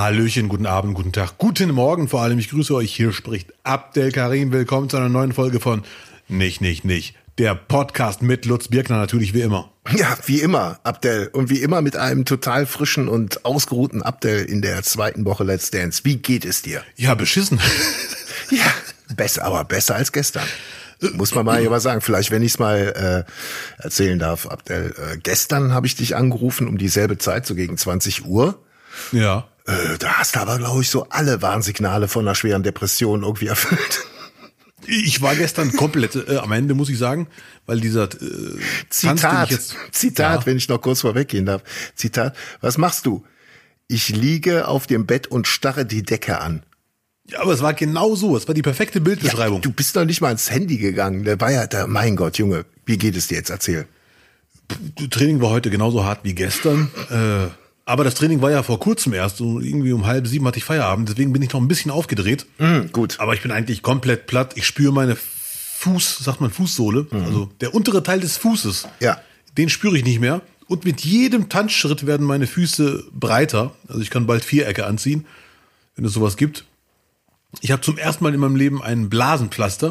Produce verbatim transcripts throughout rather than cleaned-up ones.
Hallöchen, guten Abend, guten Tag, guten Morgen vor allem. Ich grüße euch. Hier spricht Abdel Karim. Willkommen zu einer neuen Folge von Nicht, Nicht, Nicht. Der Podcast mit Lutz Birkner, natürlich wie immer. Ja, wie immer, Abdel. Und wie immer mit einem total frischen und ausgeruhten Abdel in der zweiten Woche Let's Dance. Wie geht es dir? Ja, beschissen. Ja, besser, aber besser als gestern. Muss man mal aber sagen. Vielleicht, wenn ich es mal äh, erzählen darf, Abdel. Äh, gestern habe ich dich angerufen um dieselbe Zeit, so gegen zwanzig Uhr. Ja. Äh, da hast du aber, glaube ich, so alle Warnsignale von einer schweren Depression irgendwie erfüllt. Ich war gestern komplett äh, am Ende, muss ich sagen, weil dieser äh, Zitat, Tanz, jetzt, Zitat, ja. wenn ich noch kurz vorweggehen darf. Zitat, was machst du? Ich liege auf dem Bett und starre die Decke an. Ja, aber es war genau so, es war die perfekte Bildbeschreibung. Ja, du bist doch nicht mal ans Handy gegangen. Der war ja, der, mein Gott, Junge, wie geht es dir jetzt? Erzähl. Training war heute genauso hart wie gestern. Äh, aber das Training war ja vor kurzem erst. So irgendwie um halb sieben hatte ich Feierabend. Deswegen bin ich noch ein bisschen aufgedreht. Mm, gut. Aber ich bin eigentlich komplett platt. Ich spüre meine Fuß, sagt man Fußsohle. Mhm. Also der untere Teil des Fußes. Ja. Den spüre ich nicht mehr. Und mit jedem Tanzschritt werden meine Füße breiter. Also ich kann bald Vierecke anziehen, wenn es sowas gibt. Ich habe zum ersten Mal in meinem Leben einen Blasenpflaster.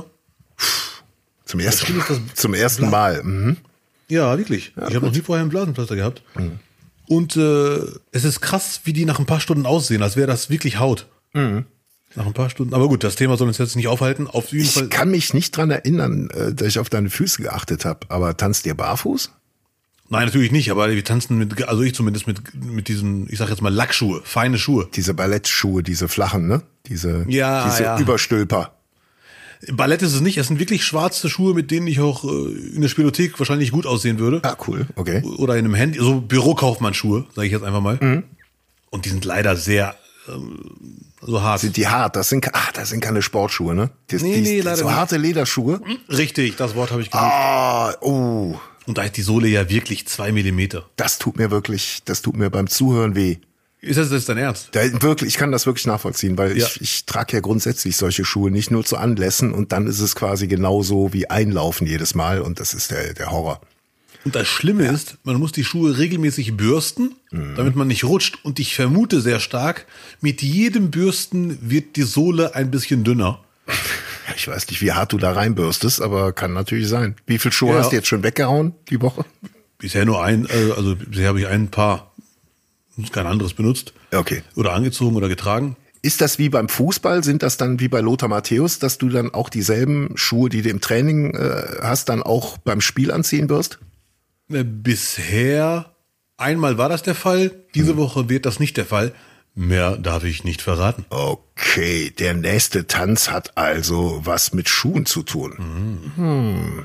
Zum ersten, zum ersten Mal. Mhm. Ja, wirklich. Ja, ich habe noch nie vorher einen Blasenpflaster gehabt. Mhm. Und äh, es ist krass, wie die nach ein paar Stunden aussehen, als wäre das wirklich Haut. Mhm. Nach ein paar Stunden. Aber gut, das Thema soll uns jetzt nicht aufhalten. Auf jeden ich Fall. kann mich nicht dran erinnern, dass ich auf deine Füße geachtet habe. Aber tanzt ihr barfuß? Nein, natürlich nicht. Aber wir tanzen mit, also ich zumindest mit mit diesen, ich sag jetzt mal Lackschuhe, feine Schuhe. Diese Ballettschuhe, diese flachen, ne? Diese, ja, diese ja. Überstülper. Ballett ist es nicht. Es sind wirklich schwarze Schuhe, mit denen ich auch in der Spielothek wahrscheinlich gut aussehen würde. Ah, cool, okay. Oder in einem Handy, so Bürokaufmannschuhe, sage ich jetzt einfach mal. Mhm. Und die sind leider sehr ähm, so hart. Sind die hart? Das sind, ach, das sind keine Sportschuhe, ne? Das, nee, die, nee, leider so nicht. harte Lederschuhe? Richtig, das Wort habe ich genannt. Ah, oh. Und da ist die Sohle ja wirklich zwei Millimeter. Das tut mir wirklich, das tut mir beim Zuhören weh. Ist das jetzt dein Ernst? Da, wirklich, ich kann das wirklich nachvollziehen, weil ja. ich, ich trage ja grundsätzlich solche Schuhe nicht nur zu Anlässen und dann ist es quasi genauso wie Einlaufen jedes Mal und das ist der, der Horror. Und das Schlimme ja. ist, man muss die Schuhe regelmäßig bürsten, mhm. damit man nicht rutscht und ich vermute sehr stark, mit jedem Bürsten wird die Sohle ein bisschen dünner. Ich weiß nicht, wie hart du da reinbürstest, aber kann natürlich sein. Wie viel Schuhe ja. hast du jetzt schon weggehauen die Woche? Bisher nur ein, also bisher habe ich ein Paar. Kein anderes benutzt. Okay. Oder angezogen oder getragen. Ist das wie beim Fußball? Sind das dann wie bei Lothar Matthäus, dass du dann auch dieselben Schuhe, die du im Training äh, hast, dann auch beim Spiel anziehen wirst? Bisher einmal war das der Fall. Diese hm. Woche wird das nicht der Fall. Mehr darf ich nicht verraten. Okay, der nächste Tanz hat also was mit Schuhen zu tun. Mhm. Hm.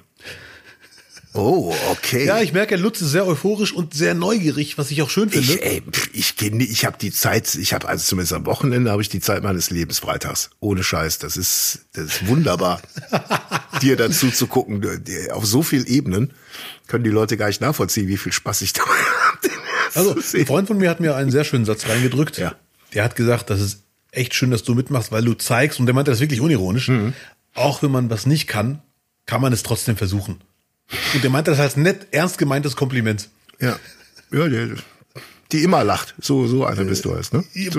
Oh, okay. Ja, ich merke, Lutz ist sehr euphorisch und sehr neugierig, was ich auch schön finde. Ich, ey, ich kenne, ich habe die Zeit, ich habe also zumindest am Wochenende habe ich die Zeit meines Lebens freitags. Ohne Scheiß, das ist, das ist wunderbar, dir dazu zu gucken. Auf so vielen Ebenen können die Leute gar nicht nachvollziehen, wie viel Spaß ich dabei habe. Also, ein Freund von mir hat mir einen sehr schönen Satz reingedrückt. Ja. Der hat gesagt, das ist echt schön, dass du mitmachst, weil du zeigst, und der meinte das wirklich unironisch, mhm. auch wenn man was nicht kann, kann man es trotzdem versuchen. Und der meinte das als nett, ernst gemeintes Kompliment. Ja, ja, die, die immer lacht. So, so einer bist du als, ne? So.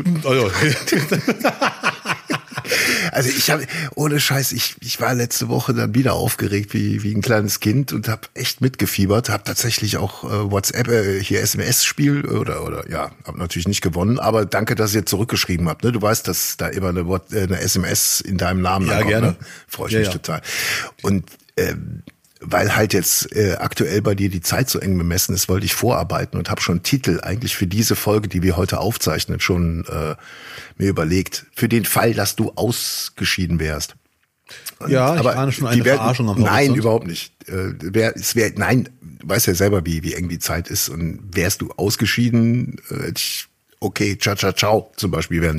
Also ich habe, ohne Scheiß, ich, ich war letzte Woche dann wieder aufgeregt wie, wie ein kleines Kind und habe echt mitgefiebert, habe tatsächlich auch äh, WhatsApp, äh, hier S M S-Spiel oder, oder ja, habe natürlich nicht gewonnen, aber danke, dass ihr zurückgeschrieben habt. Ne? Du weißt, dass da immer eine, eine S M S in deinem Namen ja, ankommt. Gerne. Ne? Freue ich ja, mich ja. total. Und ähm, weil halt jetzt äh, aktuell bei dir die Zeit so eng bemessen ist, wollte ich vorarbeiten und habe schon einen Titel eigentlich für diese Folge, die wir heute aufzeichnen, schon äh, mir überlegt. Für den Fall, dass du ausgeschieden wärst. Und, ja, ich aber ahne schon eine wär, Verarschung am Horizont. Nein, überhaupt nicht. Äh, wär, es wär, nein, du weißt ja selber, wie, wie eng die Zeit ist. Und wärst du ausgeschieden, äh, okay, ciao, ciao, ciao zum Beispiel werden.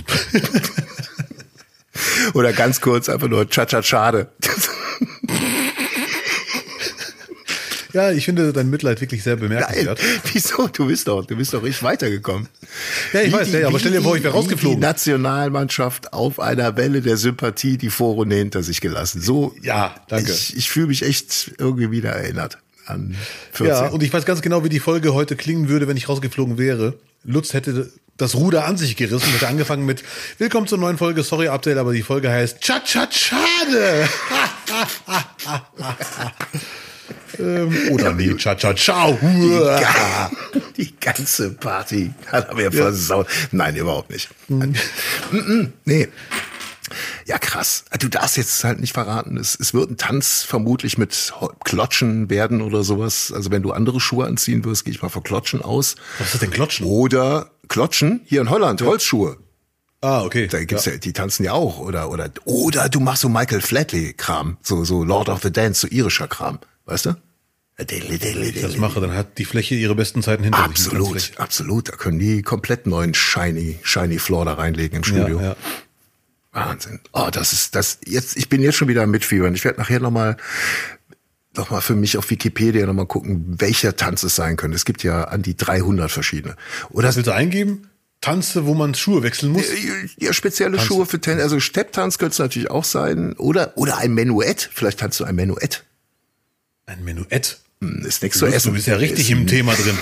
Oder ganz kurz einfach nur ciao, ciao, schade. Ja, ich finde dein Mitleid wirklich sehr bemerkenswert. Nein, wieso? Du bist doch, du bist doch richtig weitergekommen. Ja, ich wie weiß, die, ja, aber stell dir vor, ich wäre rausgeflogen. Die Nationalmannschaft auf einer Welle der Sympathie die Vorrunde hinter sich gelassen. So, ja, danke. Ich, ich fühle mich echt irgendwie wieder erinnert an vierzehn. Ja, und ich weiß ganz genau, wie die Folge heute klingen würde, wenn ich rausgeflogen wäre. Lutz hätte das Ruder an sich gerissen. Ich hatte angefangen mit Willkommen zur neuen Folge, sorry Update, aber die Folge heißt Tschat, Tschat, Schade. ähm, oder nee, Tschat, Tschat, Ciao. Die ganze Party hat er mir versaut. Nein, überhaupt nicht. Mhm. Nee. Ja, krass. Du darfst jetzt halt nicht verraten. Es, es wird ein Tanz vermutlich mit Klotschen werden oder sowas. Also wenn du andere Schuhe anziehen wirst, gehe ich mal von Klotschen aus. Was ist denn Klotschen? Oder Klotschen, hier in Holland, ja. Holzschuhe. Ah, okay. Da gibt's ja. ja, die tanzen ja auch. Oder, oder, oder du machst so Michael Flatley-Kram. So, so Lord of the Dance, so irischer Kram. Weißt du? Wenn ich das mache, dann hat die Fläche ihre besten Zeiten hinter sich. Absolut, absolut. Da können die komplett neuen shiny, shiny Floor da reinlegen im Studio. Ja, ja. Wahnsinn. Oh, das ist das jetzt. Ich bin jetzt schon wieder am Mitfiebern. Ich werde nachher noch mal, noch mal für mich auf Wikipedia noch mal gucken, welcher Tanz es sein könnte. Es gibt ja an die dreihundert verschiedene. Oder was willst du eingeben? Tanze, wo man Schuhe wechseln muss? Ja, spezielle Tanze. Schuhe für Tänze. Also Stepptanz könnte es natürlich auch sein. Oder oder ein Menuett. Vielleicht tanzt du ein Menuett. Ein Menuett? Hm, ist nichts zu essen. Du bist ja richtig im Thema drin.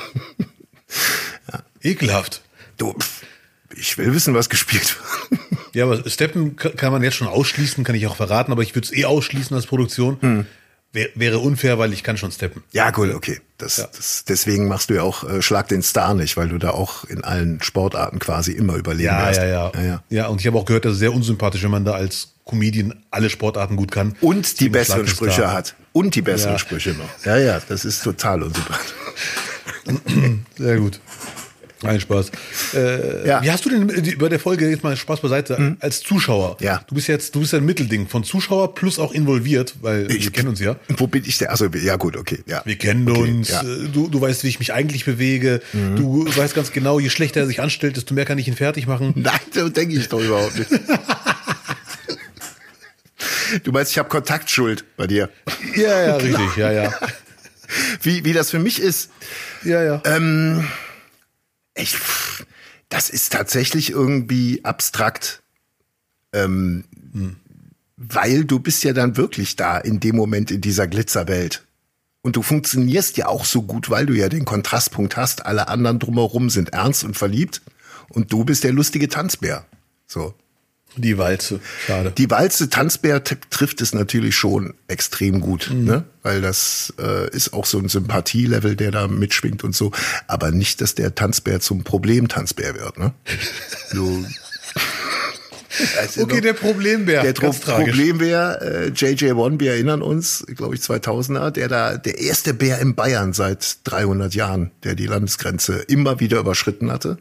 Ja. Ekelhaft. Du, ich will wissen, was gespielt wird. Ja, aber Steppen kann man jetzt schon ausschließen, kann ich auch verraten, aber ich würde es eh ausschließen als Produktion. Hm. Wär, wäre unfair, weil ich kann schon steppen. Ja, cool, okay. Das, ja. Das, deswegen machst du ja auch äh, Schlag den Star nicht, weil du da auch in allen Sportarten quasi immer überleben ja, wirst. Ja, ja, ja. Ja, ja, und ich habe auch gehört, das ist sehr unsympathisch, wenn man da als Comedian alle Sportarten gut kann. Und die besseren Sprüche hat. Und die besseren ja. Sprüche noch. Ja, ja, das ist total unsympathisch. Sehr gut. Nein, Spaß. Äh, ja. Wie hast du denn bei der Folge, jetzt mal Spaß beiseite, mhm. als Zuschauer? Ja. Du bist jetzt, du bist ja ein Mittelding von Zuschauer plus auch involviert, weil ich, wir kennen uns ja. Wo bin ich denn? Also, ja gut, okay. Ja. Wir kennen okay, uns, ja. du, du weißt, wie ich mich eigentlich bewege, mhm. du weißt ganz genau, je schlechter er sich anstellt, desto mehr kann ich ihn fertig machen. Nein, so denke ich doch überhaupt nicht. Du meinst, ich habe Kontaktschuld bei dir? Ja, ja, richtig, ja, ja. Wie, wie das für mich ist? Ja, ja. Ähm, Ich, das ist tatsächlich irgendwie abstrakt, ähm, hm. weil du bist ja dann wirklich da in dem Moment in dieser Glitzerwelt. Und du funktionierst ja auch so gut, weil du ja den Kontrastpunkt hast. Alle anderen drumherum sind ernst und verliebt und du bist der lustige Tanzbär. So. Die Walze, schade. Die Walze, Tanzbär t- trifft es natürlich schon extrem gut, mhm. ne? Weil das äh, ist auch so ein Sympathielevel, der da mitschwingt und so. Aber nicht, dass der Tanzbär zum Problem-Tanzbär wird, ne? So. Okay, noch, der Problembär. Der Tro- Problembär, äh, J J One, wir erinnern uns, glaube ich, zweitausender, der da, der erste Bär in Bayern seit dreihundert Jahren, der die Landesgrenze immer wieder überschritten hatte.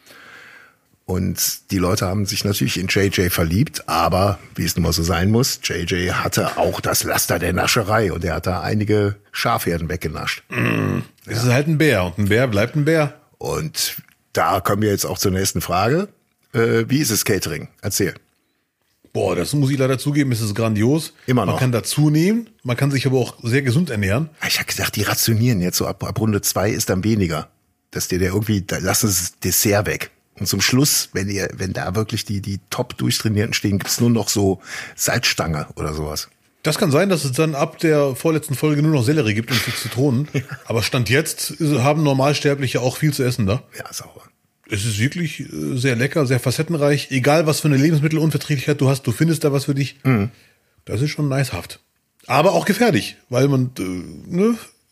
Und die Leute haben sich natürlich in J J verliebt, aber wie es nun mal so sein muss, J J hatte auch das Laster der Nascherei und er hat da einige Schafherden weggenascht. Mm, das ja. ist halt ein Bär und ein Bär bleibt ein Bär. Und da kommen wir jetzt auch zur nächsten Frage. Äh, wie ist es Catering? Erzähl. Boah, das muss ich leider zugeben, es ist grandios. Immer noch. Man kann dazu nehmen, man kann sich aber auch sehr gesund ernähren. Ich habe gedacht, die rationieren jetzt so ab, ab Runde zwei ist dann weniger. Dass dir der irgendwie, da lassen sie das Dessert weg. Und zum Schluss, wenn ihr, wenn da wirklich die, die top durchtrainierten stehen, gibt's nur noch so Salzstange oder sowas. Das kann sein, dass es dann ab der vorletzten Folge nur noch Sellerie gibt und Zitronen. Ja. Aber Stand jetzt haben Normalsterbliche auch viel zu essen da. Ja, sauber. Es ist wirklich sehr lecker, sehr facettenreich. Egal, was für eine Lebensmittelunverträglichkeit du hast, du findest da was für dich. Mhm. Das ist schon nicehaft. Aber auch gefährlich, weil man, äh, ne,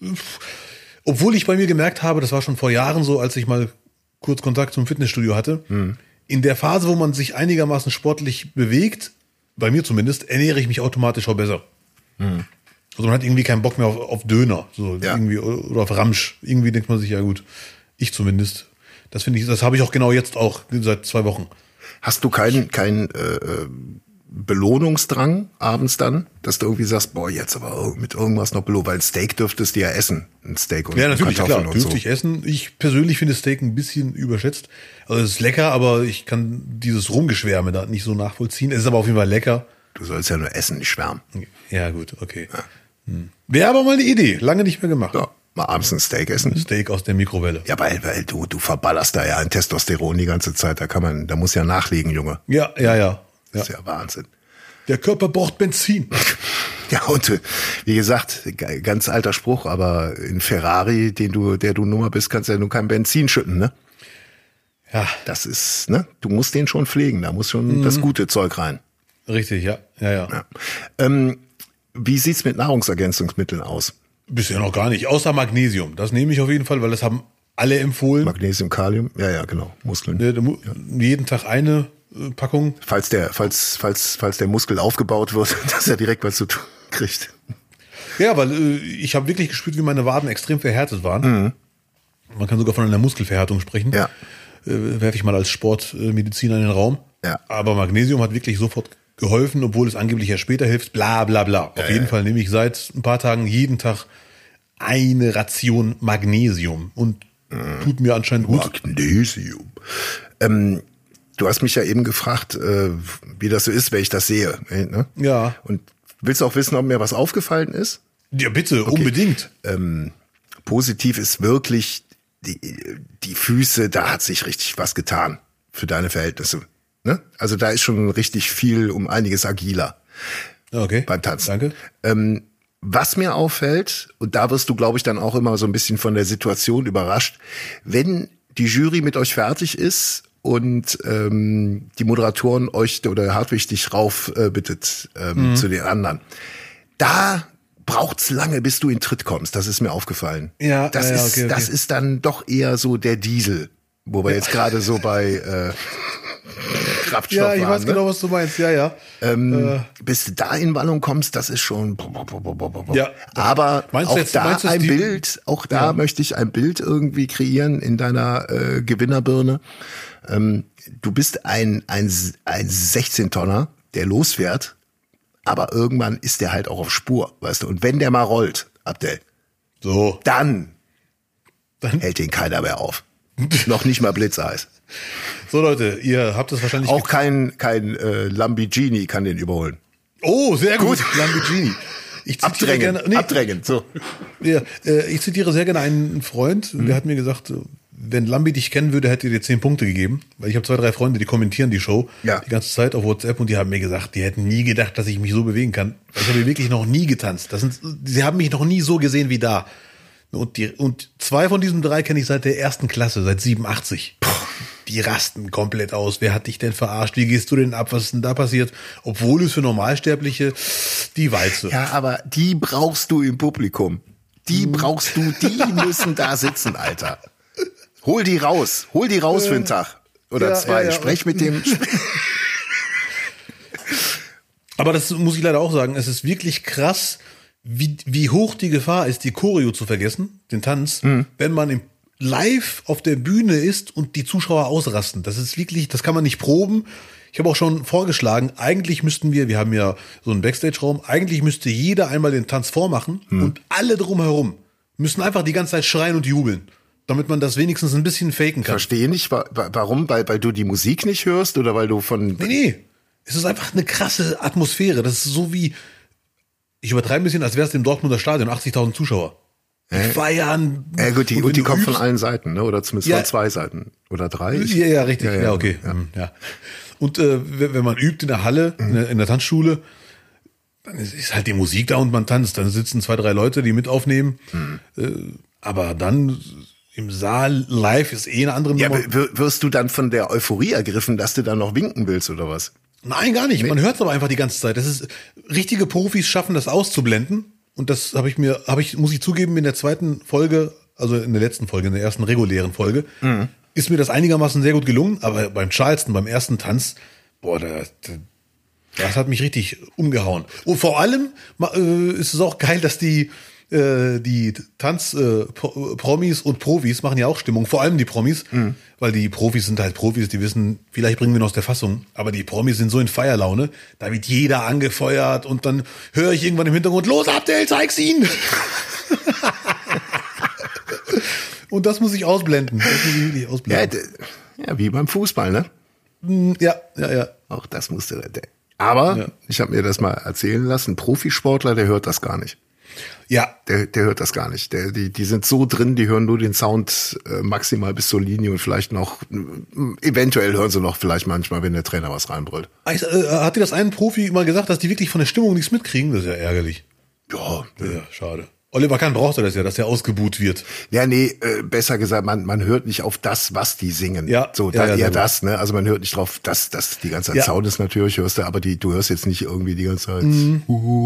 obwohl ich bei mir gemerkt habe, das war schon vor Jahren so, als ich mal kurz Kontakt zum Fitnessstudio hatte. Mhm. In der Phase, wo man sich einigermaßen sportlich bewegt, bei mir zumindest, ernähre ich mich automatisch auch besser. Mhm. Also man hat irgendwie keinen Bock mehr auf, auf Döner, so ja. irgendwie oder auf Ramsch. Irgendwie denkt man sich, ja gut, ich zumindest. Das finde ich, das habe ich auch genau jetzt auch seit zwei Wochen. Hast du keinen keinen äh, Belohnungsdrang abends dann, dass du irgendwie sagst, boah, jetzt aber mit irgendwas noch belohnt, weil ein Steak dürftest du ja essen, ein Steak und ja, natürlich, Kartoffeln klar, und dürfte so. Ich essen. Ich persönlich finde Steak ein bisschen überschätzt. Also es ist lecker, aber ich kann dieses Rumgeschwärme da nicht so nachvollziehen. Es ist aber auf jeden Fall lecker. Du sollst ja nur essen, nicht schwärmen. Ja gut, okay. Ja. Hm. Wäre aber mal eine Idee, lange nicht mehr gemacht. Ja, mal abends ein Steak essen. Steak aus der Mikrowelle. Ja, weil, weil du, du verballerst da ja ein Testosteron die ganze Zeit. Da kann man, da muss ja nachlegen, Junge. Ja, ja, ja. Das ist ja Wahnsinn. Der Körper braucht Benzin. Ja, und wie gesagt, ganz alter Spruch, aber in Ferrari, den du, der du Nummer bist, kannst du ja nur kein Benzin schütten, ne? Ja. Das ist, ne, du musst den schon pflegen, da muss schon mhm. das gute Zeug rein. Richtig, ja, ja, ja. ja. Ähm, wie sieht's mit Nahrungsergänzungsmitteln aus? Bisher noch gar nicht, außer Magnesium. Das nehme ich auf jeden Fall, weil das haben alle empfohlen. Magnesium, Kalium, ja, ja, genau, Muskeln. Ja, ja. Jeden Tag eine äh, Packung. Falls der, falls, falls, falls der Muskel aufgebaut wird, dass er direkt was zu tun kriegt. Ja, weil äh, ich habe wirklich gespürt, wie meine Waden extrem verhärtet waren. Mhm. Man kann sogar von einer Muskelverhärtung sprechen. Ja. Äh, werfe ich mal als Sportmediziner in den Raum. Ja. Aber Magnesium hat wirklich sofort geholfen, obwohl es angeblich ja später hilft. Bla bla bla. Auf ja, jeden ja. Fall nehme ich seit ein paar Tagen jeden Tag eine Ration Magnesium und mhm. tut mir anscheinend gut. Magnesium. Ähm, du hast mich ja eben gefragt, äh, wie das so ist, wenn ich das sehe. Ne? Ja. Und willst du auch wissen, ob mir was aufgefallen ist? Ja, bitte, okay. Unbedingt. Ähm, positiv ist wirklich die, die Füße, da hat sich richtig was getan für deine Verhältnisse. Ne? Also da ist schon richtig viel um einiges agiler okay. beim Tanzen. Danke. Ähm, was mir auffällt, und da wirst du, glaube ich, dann auch immer so ein bisschen von der Situation überrascht, wenn die Jury mit euch fertig ist und ähm, die Moderatoren euch oder Hartwig dich rauf äh, bittet ähm, mhm. zu den anderen, da braucht's lange, bis du in Tritt kommst. Das ist mir aufgefallen. Ja, das ja, ist okay, okay. das ist dann doch eher so der Diesel, wo wir ja. jetzt gerade so bei äh, Kraftstoff Ja, ich waren, weiß ne? genau, was du meinst. Ja, ja. Ähm, äh. Bis du da in Wallung kommst, das ist schon. Ja. Aber meinst auch du jetzt, da meinst du ein die, Bild, auch da ja. möchte ich ein Bild irgendwie kreieren in deiner äh, Gewinnerbirne. Ähm, du bist ein ein ein sechzehn-Tonner, der losfährt, aber irgendwann ist der halt auch auf Spur, weißt du. Und wenn der mal rollt, Abdel, so, dann, dann hält den keiner mehr auf. Noch nicht mal Blitzeis. So Leute, ihr habt es wahrscheinlich auch kein kein äh, Lamborghini kann den überholen. Oh, sehr gut, Lamborghini. Ich zitiere Abdrängen, gerne, nee, abdrängen, so. Ja, äh, ich zitiere sehr gerne einen Freund, Mhm. der hat mir gesagt, wenn Lambi dich kennen würde, hätte er dir zehn Punkte gegeben, weil ich habe zwei, drei Freunde, die kommentieren die Show Ja. die ganze Zeit auf WhatsApp und die haben mir gesagt, die hätten nie gedacht, dass ich mich so bewegen kann. Ich habe wirklich noch nie getanzt. Das sind, sie haben mich noch nie so gesehen wie da. Und die und zwei von diesen drei kenne ich seit der ersten Klasse, seit siebenundachtzig. Die rasten komplett aus. Wer hat dich denn verarscht? Wie gehst du denn ab? Was ist denn da passiert? Obwohl es für Normalsterbliche die Walze. Ja, aber die brauchst du im Publikum. Die brauchst du, die müssen da sitzen, Alter. Hol die raus. Hol die raus für einen Tag. Oder Ja, zwei. ja, ja. Sprech mit dem. Aber das muss ich leider auch sagen, es ist wirklich krass, wie, wie hoch die Gefahr ist, die Choreo zu vergessen, den Tanz, mhm. wenn man im live auf der Bühne ist und die Zuschauer ausrasten. Das ist wirklich, das kann man nicht proben. Ich habe auch schon vorgeschlagen, eigentlich müssten wir, wir haben ja so einen Backstage-Raum, eigentlich müsste jeder einmal den Tanz vormachen hm. und alle drumherum müssen einfach die ganze Zeit schreien und jubeln, damit man das wenigstens ein bisschen faken kann. Verstehe nicht, wa- warum? Weil, weil du die Musik nicht hörst oder weil du von... Nee, nee. Es ist einfach eine krasse Atmosphäre. Das ist so wie, ich übertreibe ein bisschen, als wäre es im Dortmunder Stadion, achtzigtausend Zuschauer. Die Äh, feiern. Ja gut, die, und und wenn die du kommen übst- von allen Seiten, ne? Oder zumindest Ja. von zwei Seiten. Oder drei. Ich- Ja, ja, richtig. Ja, Ja, ja, okay. ja. Ja. ja. Und äh, wenn wenn man übt in der Halle, in, der, in der Tanzschule, dann ist, ist halt die Musik da und man tanzt. Dann sitzen zwei, drei Leute, die mit aufnehmen. Mhm. Äh, aber dann im Saal live ist eh eine andere Ja, Nummer. w- wirst du dann von der Euphorie ergriffen, dass du dann noch winken willst oder was? Nein, gar nicht. Man hört es aber einfach die ganze Zeit. Das ist, richtige Profis schaffen das auszublenden. Und das habe ich mir, habe ich, muss ich zugeben, in der zweiten Folge, also in der letzten Folge, in der ersten regulären Folge, mhm. ist mir das einigermaßen sehr gut gelungen. Aber beim Charleston, beim ersten Tanz, boah, da, da, das hat mich richtig umgehauen. Und vor allem äh, ist es auch geil, dass die äh, die Tanz-Promis äh, und Profis machen ja auch Stimmung, vor allem die Promis, mhm. weil die Profis sind halt Profis, die wissen, vielleicht bringen wir noch aus der Fassung, aber die Promis sind so in Feierlaune, da wird jeder angefeuert und dann höre ich irgendwann im Hintergrund, los Abdel, zeig's ihn! Und das muss ich ausblenden. Das muss ich wirklich Ja, ausblenden. d- ja, wie beim Fußball, ne? Ja, ja, ja. Auch das musste der. Aber Ja. ich habe mir das mal erzählen lassen, ein Profisportler, der hört das gar nicht. Ja, Der, der hört das gar nicht. Der, die, die sind so drin, die hören nur den Sound äh, maximal bis zur Linie und vielleicht noch, äh, eventuell hören sie noch vielleicht manchmal, wenn der Trainer was reinbrüllt. äh, hat dir das ein Profi mal gesagt, dass die wirklich von der Stimmung nichts mitkriegen? Das ist ja ärgerlich. Ja, Ja, schade. Oliver Kahn brauchte das ja, dass er ausgebuht wird. Ja, nee, äh, besser gesagt, man, man hört nicht auf das, was die singen. Ja, so, ja, da, ja, eher das, ne? Also man hört nicht drauf, dass das die ganze Zeit Ja. Sound ist natürlich, hörst du, aber die, du hörst jetzt nicht irgendwie die ganze Zeit. Mhm.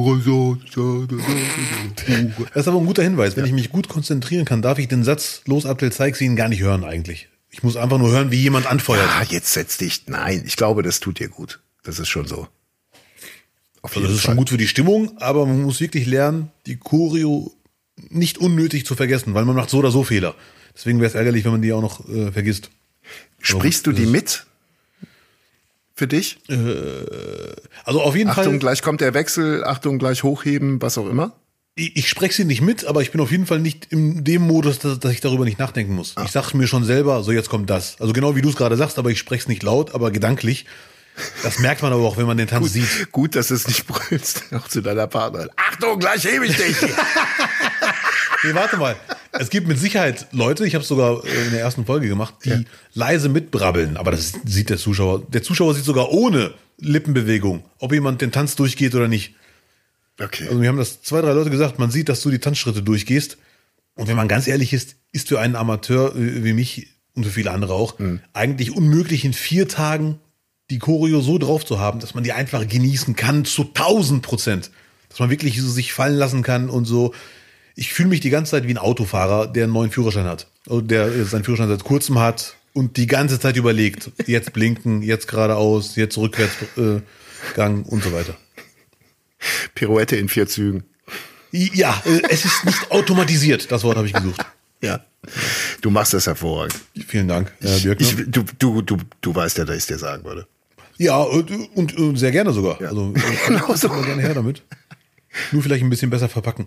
Das ist aber ein guter Hinweis. Wenn ich mich gut konzentrieren kann, darf ich den Satz Los Abdel zeig sie ihn gar nicht hören eigentlich. Ich muss einfach nur hören, wie jemand anfeuert. Ah, jetzt setz dich. Nein, ich glaube, das tut dir gut. Das ist schon so. Auf Also das ist schon gut für die Stimmung, aber man muss wirklich lernen, die Choreo nicht unnötig zu vergessen, weil man macht so oder so Fehler. Deswegen wäre es ärgerlich, wenn man die auch noch äh, vergisst. Sprichst du die mit? Für dich? Äh, also auf jeden Achtung, Fall. gleich kommt der Wechsel, Achtung, gleich hochheben, was auch immer. Ich, ich spreche sie nicht mit, aber ich bin auf jeden Fall nicht in dem Modus, dass, dass ich darüber nicht nachdenken muss. Ah. Ich sage mir schon selber, so jetzt kommt das. Also genau wie du es gerade sagst, aber ich spreche es nicht laut, aber gedanklich. Das merkt man aber auch, wenn man den Tanz Gut, sieht. gut, dass du es nicht brüllst, auch zu deiner Partnerin. Achtung, gleich hebe ich dich. Nee, warte mal. Es gibt mit Sicherheit Leute, ich habe es sogar äh, in der ersten Folge gemacht, die Ja. leise mitbrabbeln. Aber das sieht der Zuschauer. Der Zuschauer sieht sogar ohne Lippenbewegung, ob jemand den Tanz durchgeht oder nicht. Okay. Also mir haben das zwei, drei Leute gesagt, man sieht, dass du die Tanzschritte durchgehst. Und wenn man ganz ehrlich ist, ist für einen Amateur äh, wie mich und für viele andere auch Mhm. eigentlich unmöglich, in vier Tagen die Choreo so drauf zu haben, dass man die einfach genießen kann zu tausend Prozent. Dass man wirklich so sich fallen lassen kann und so. Ich fühle mich die ganze Zeit wie ein Autofahrer, der einen neuen Führerschein hat. Also der seinen Führerschein seit kurzem hat und die ganze Zeit überlegt. Jetzt blinken, jetzt geradeaus, jetzt Rückwärtsgang äh, Gang und so weiter. Pirouette in vier Zügen. Ja, äh, es ist nicht automatisiert. Das Wort habe ich gesucht. Ja. Du machst das hervorragend. Vielen Dank, Herr Birkner. Ich, du, du, du, du weißt ja, dass ich es dir sagen würde. Ja, und, und, und sehr gerne sogar. Ja. Also äh, Genau so. immer gerne her damit. Nur vielleicht ein bisschen besser verpacken.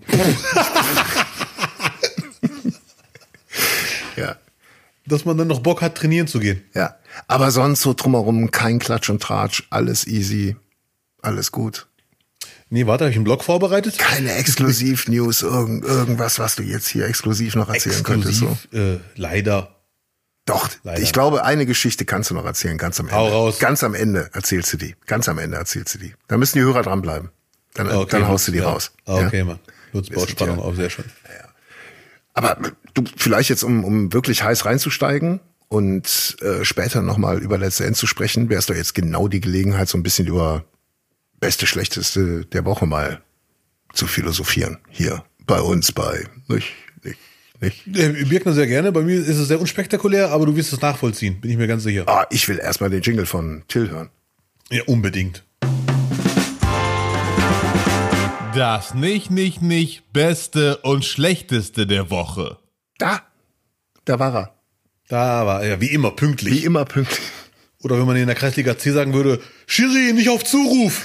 Ja. Dass man dann noch Bock hat, trainieren zu gehen. Ja. Aber sonst so drumherum kein Klatsch und Tratsch, alles easy, alles gut. Nee, warte, habe ich einen Blog vorbereitet? Keine Exklusiv-News, irgend, irgendwas, was du jetzt hier exklusiv noch erzählen könntest. So. Äh, leider. Doch, Leider. ich glaube, eine Geschichte kannst du noch erzählen, ganz am Ende. Hau raus. Ganz am Ende erzählst du die. Ganz am Ende erzählst du die. Da müssen die Hörer dranbleiben. Dann, Ah, okay, dann haust du die ja. raus. Ah, okay, Ja? Mann. Lutz Wir baut sind Spannung ja- auf, sehr schön. Aber du, vielleicht jetzt, um, um wirklich heiß reinzusteigen und äh, später nochmal über Let's Dance zu sprechen, wäre es doch jetzt genau die Gelegenheit, so ein bisschen über Beste, Schlechteste der Woche mal zu philosophieren. Hier bei uns, bei nicht, nicht, nicht. Äh, Birkner sehr gerne. Bei mir ist es sehr unspektakulär, aber du wirst es nachvollziehen, bin ich mir ganz sicher. Ah, ich will erstmal den Jingle von Till hören. Ja, unbedingt. Das nicht, nicht, nicht Beste und Schlechteste der Woche. Da, da war er. Da war er, wie immer, pünktlich. Wie immer pünktlich. Oder wenn man in der Kreisliga C sagen würde, Schiri, nicht auf Zuruf.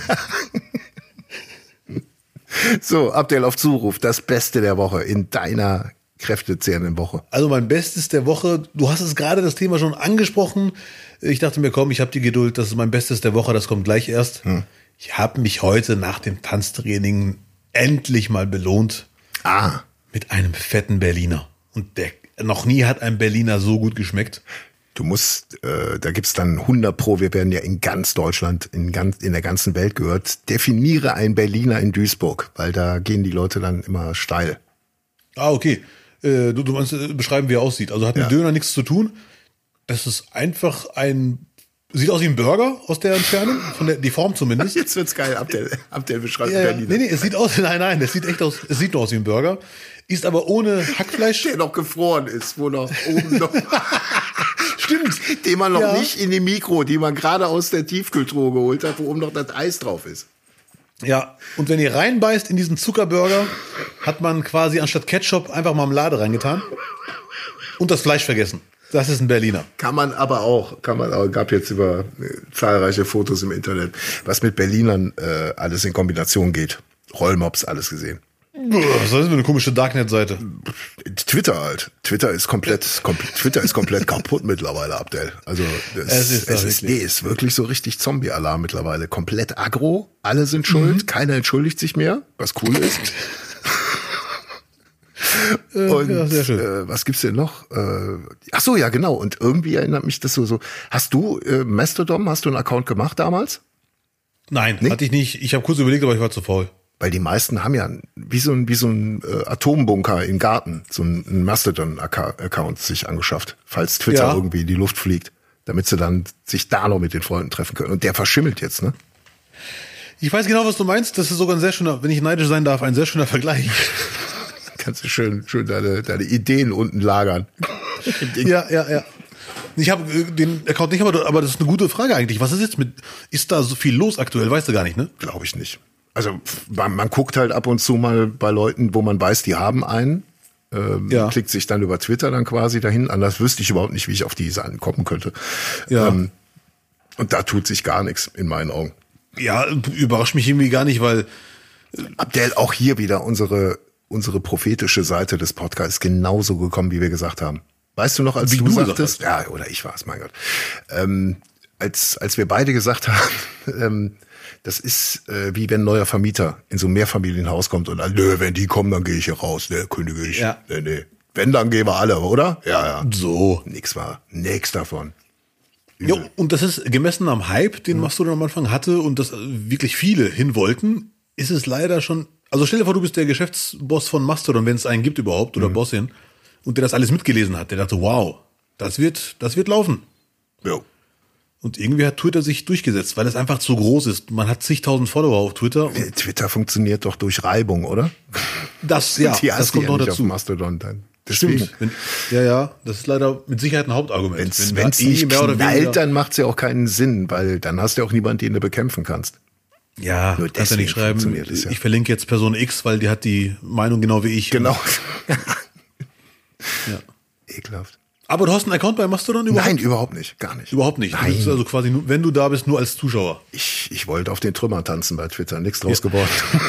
So, Abdel auf Zuruf, das Beste der Woche in deiner kräftezehrenden Woche. Also mein Bestes der Woche, du hast es gerade das Thema schon angesprochen. Ich dachte mir, komm, ich habe die Geduld, das ist mein Bestes der Woche, das kommt gleich erst. Hm. Ich habe mich heute nach dem Tanztraining endlich mal belohnt Ah, mit einem fetten Berliner. Und der noch nie hat ein Berliner so gut geschmeckt. du musst, äh, da gibt's dann hundert Pro, wir werden ja in ganz Deutschland, in, ganz, in der ganzen Welt gehört. Definiere einen Berliner in Duisburg, weil da gehen die Leute dann immer steil. Ah, okay. Äh, du, du meinst äh, beschreiben, wie er aussieht. Also hat mit Ja. Döner nichts zu tun. Das ist einfach ein, sieht aus wie ein Burger aus der Entfernung, von der, die Form zumindest. Jetzt wird's geil, Abdel, Abdel beschreibt Ja, ja. Berliner. Nee, nee, es sieht aus, nein, nein, es sieht echt aus, es sieht nur aus wie ein Burger. Ist aber ohne Hackfleisch. Der noch gefroren ist, wo noch oben noch, Stimmt. den man noch Ja. nicht in die Mikro, die man gerade aus der Tiefkühltruhe geholt hat, wo oben noch das Eis drauf ist. Ja, und wenn ihr reinbeißt in diesen Zuckerburger, hat man quasi anstatt Ketchup einfach Marmelade reingetan und das Fleisch vergessen. Das ist ein Berliner. Kann man aber auch, kann man auch, gab jetzt über äh, zahlreiche Fotos im Internet, was mit Berlinern äh, alles in Kombination geht. Rollmops, alles gesehen. Was ist das für eine komische Darknet-Seite? Twitter halt. Twitter ist komplett, komplett Twitter ist komplett kaputt mittlerweile, Abdel. Also das, Es ist es doch ist, wirklich. nee, ist wirklich so richtig Zombie-Alarm mittlerweile. Komplett aggro, alle sind schuld, Mhm. keiner entschuldigt sich mehr, was cool ist. Und ja, sehr schön. Äh, was gibt's denn noch? Äh, ach so, ja genau. Und irgendwie erinnert mich das so. so. Hast du äh, Mastodon? Hast du einen Account gemacht damals? Nein, Nee? hatte ich nicht. Ich habe kurz überlegt, aber ich war zu faul. Weil die meisten haben ja wie so ein, wie so ein äh, Atombunker im Garten, so ein, ein Mastodon-Account sich angeschafft, falls Twitter Ja. irgendwie in die Luft fliegt, damit sie dann sich da noch mit den Freunden treffen können. Und der verschimmelt jetzt, ne? Ich weiß genau, was du meinst. Das ist sogar ein sehr schöner, wenn ich neidisch sein darf, ein sehr schöner Vergleich. Kannst du schön, schön deine, deine Ideen unten lagern. Ja, ja, ja. Ich habe den Account nicht, aber, aber das ist eine gute Frage eigentlich. Was ist jetzt mit, ist da so viel los aktuell? Weißt du gar nicht, ne? Glaube ich nicht. Also man, man guckt halt ab und zu mal bei Leuten, wo man weiß, die haben einen, ähm, Ja. klickt sich dann über Twitter dann quasi dahin. Anders wüsste ich überhaupt nicht, wie ich auf die Seiten kommen könnte. Ja. Ähm, und da tut sich gar nichts in meinen Augen. Ja, überrascht mich irgendwie gar nicht, weil, Abdel, auch hier wieder unsere unsere prophetische Seite des Podcasts genauso gekommen, wie wir gesagt haben. Weißt du noch, als Wie du, du gesagt sagtest, ja, oder ich war es, mein Gott, ähm, als als wir beide gesagt haben, ähm, das ist äh, wie wenn ein neuer Vermieter in so ein Mehrfamilienhaus kommt und dann, nö, wenn die kommen, dann gehe ich hier raus, ne, kündige ich. Ja. Nee, nee. Wenn, dann gehen wir alle, oder? Ja, ja. so. Nix war, nix davon. Jo, und das ist gemessen am Hype, den Mastodon am Anfang hatte und das wirklich viele hin wollten, ist es leider schon, also stell dir vor, du bist der Geschäftsboss von Mastodon, wenn es einen gibt überhaupt, oder Bossin, und der das alles mitgelesen hat, der dachte, wow, das wird, das wird laufen. Jo. Und irgendwie hat Twitter sich durchgesetzt, weil es einfach zu groß ist. Man hat zigtausend Follower auf Twitter. Und Twitter funktioniert doch durch Reibung, oder? das, ja, die das hast du kommt ja noch nicht dazu. auf Mastodon dann. Deswegen. Stimmt. Wenn, ja, ja, das ist leider mit Sicherheit ein Hauptargument. Wenn es da eh nicht mehr oder weniger- knallt, dann macht es ja auch keinen Sinn, weil dann hast du ja auch niemanden, den du bekämpfen kannst. Ja, Nur kannst ja nicht deswegen schreiben, funktioniert es ja. ich verlinke jetzt Person X, weil die hat die Meinung genau wie ich. Genau. Ja. Ekelhaft. Aber du hast einen Account bei Mastodon überhaupt? Nein, überhaupt nicht. Gar nicht. Überhaupt nicht. Nein. Das ist also quasi, nur, wenn du da bist, nur als Zuschauer. Ich, ich wollte auf den Trümmern tanzen bei Twitter. Nichts draus geworden.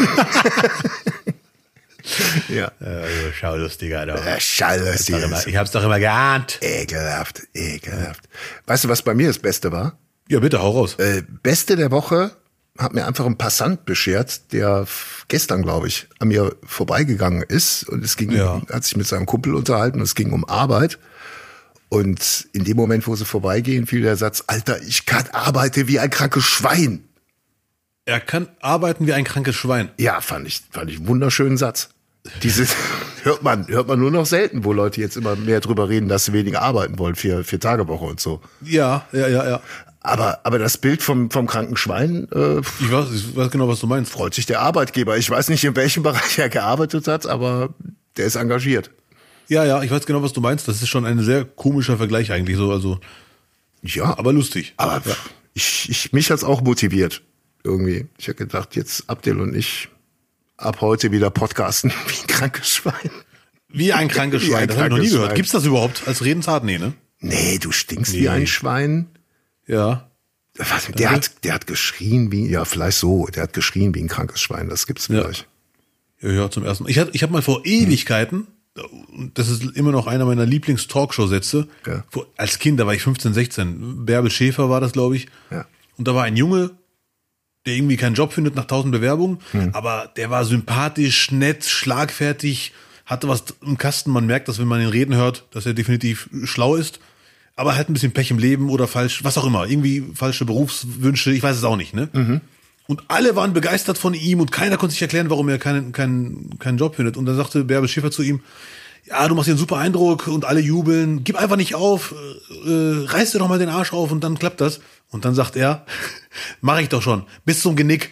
ja. Ja, schau lustiger da. Äh, Scheiße. Ich hab's doch immer geahnt. Ekelhaft, ekelhaft. Weißt du, was bei mir das Beste war? Ja, bitte, hau raus. Äh, Beste der Woche hat mir einfach ein Passant beschert, der f- gestern, glaube ich, an mir vorbeigegangen ist. Und es ging, Ja. hat sich mit seinem Kumpel unterhalten und es ging um Arbeit. Und in dem Moment, wo sie vorbeigehen, fiel der Satz, Alter, ich kann arbeite wie ein krankes Schwein. Er kann arbeiten wie ein krankes Schwein. Ja, fand ich, fand ich einen wunderschönen Satz. Dieses hört man, hört man nur noch selten, wo Leute jetzt immer mehr drüber reden, dass sie weniger arbeiten wollen, vier, vier Tage Woche und so. Ja, ja, ja, ja. Aber, aber das Bild vom, vom kranken Schwein, äh, Ich weiß, ich weiß genau, was du meinst. freut sich der Arbeitgeber. Ich weiß nicht, in welchem Bereich er gearbeitet hat, aber der ist engagiert. Ja, ja, ich weiß genau, was du meinst. Das ist schon ein sehr komischer Vergleich eigentlich so, also, Ja, aber lustig. aber ja. ich, ich, mich hat's auch motiviert. Irgendwie. Ich habe gedacht, jetzt Abdel und ich ab heute wieder podcasten wie ein krankes Schwein. Wie ein krankes Wie Schwein. ein Das habe ich noch nie krankes gehört. Schwein. Gibt's das überhaupt als Redensart? Nee, ne? Nee, du stinkst Nee. wie ein Schwein. Ja. Was, der hat, der hat geschrien wie, ja, vielleicht so, der hat geschrien wie ein krankes Schwein, das gibt's Ja. vielleicht. Ja, ja, zum ersten Mal. Ich, hab- ich habe mal vor Ewigkeiten, und das ist immer noch einer meiner Lieblings-Talkshow-Sätze, Ja. vor- als Kind, da war ich fünfzehn, sechzehn, Bärbel Schäfer war das, glaube ich. Ja. Und da war ein Junge, der irgendwie keinen Job findet nach tausend Bewerbungen, aber der war sympathisch, nett, schlagfertig, hatte was im Kasten. Man merkt, dass wenn man ihn reden hört, dass er definitiv schlau ist, aber halt ein bisschen Pech im Leben oder falsch, was auch immer, irgendwie falsche Berufswünsche, ich weiß es auch nicht, ne? Und alle waren begeistert von ihm und keiner konnte sich erklären, warum er keinen, keinen, keinen Job findet. Und dann sagte Bärbel Schäfer zu ihm, ja, du machst hier einen super Eindruck und alle jubeln, gib einfach nicht auf, äh, reiß dir doch mal den Arsch auf und dann klappt das. Und dann sagt er, mach ich doch schon, bis zum Genick.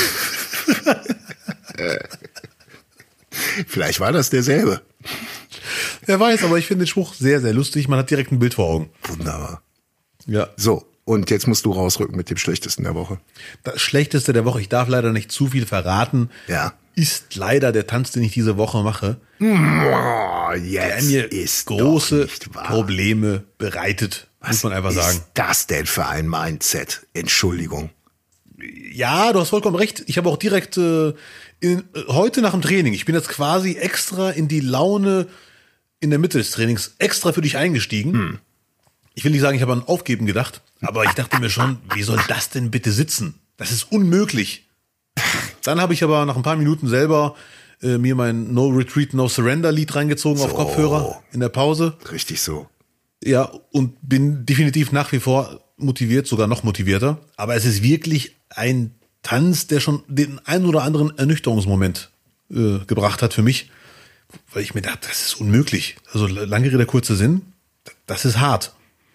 Vielleicht war das derselbe. Wer weiß, aber ich finde den Spruch sehr, sehr lustig. Man hat direkt ein Bild vor Augen. Wunderbar. Ja. So, und jetzt musst du rausrücken mit dem Schlechtesten der Woche. Das Schlechteste der Woche, ich darf leider nicht zu viel verraten, Ja. ist leider der Tanz, den ich diese Woche mache, Oh, der jetzt mir ist große doch nicht wahr. Probleme bereitet, muss man einfach Was sagen. ist das denn für ein Mindset? Entschuldigung. Ja, du hast vollkommen recht. Ich habe auch direkt äh, in, äh, heute nach dem Training, ich bin jetzt quasi extra in die Laune in der Mitte des Trainings extra für dich eingestiegen. Hm. Ich will nicht sagen, ich habe an Aufgeben gedacht, aber ich dachte mir schon, wie soll das denn bitte sitzen? Das ist unmöglich. Dann habe ich aber nach ein paar Minuten selber äh, mir mein No Retreat, No Surrender Lied reingezogen auf So. Kopfhörer in der Pause. Richtig so. Ja, und bin definitiv nach wie vor motiviert, sogar noch motivierter. Aber es ist wirklich ein Tanz, der schon den einen oder anderen Ernüchterungsmoment äh, gebracht hat für mich, weil ich mir dachte, das ist unmöglich. Also lange Rede, kurzer Sinn, das ist hart.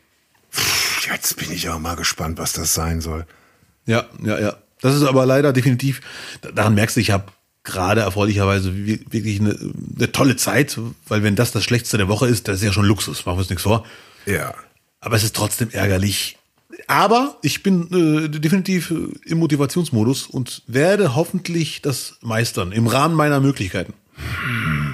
Jetzt bin ich auch mal gespannt, was das sein soll. Ja, ja, ja. Das ist aber leider definitiv, daran merkst du, ich habe gerade erfreulicherweise wirklich eine, eine tolle Zeit, weil wenn das das Schlechteste der Woche ist, das ist ja schon Luxus, machen wir uns nichts vor. Ja. Aber es ist trotzdem ärgerlich. Aber ich bin äh, definitiv im Motivationsmodus und werde hoffentlich das meistern, im Rahmen meiner Möglichkeiten. Hm.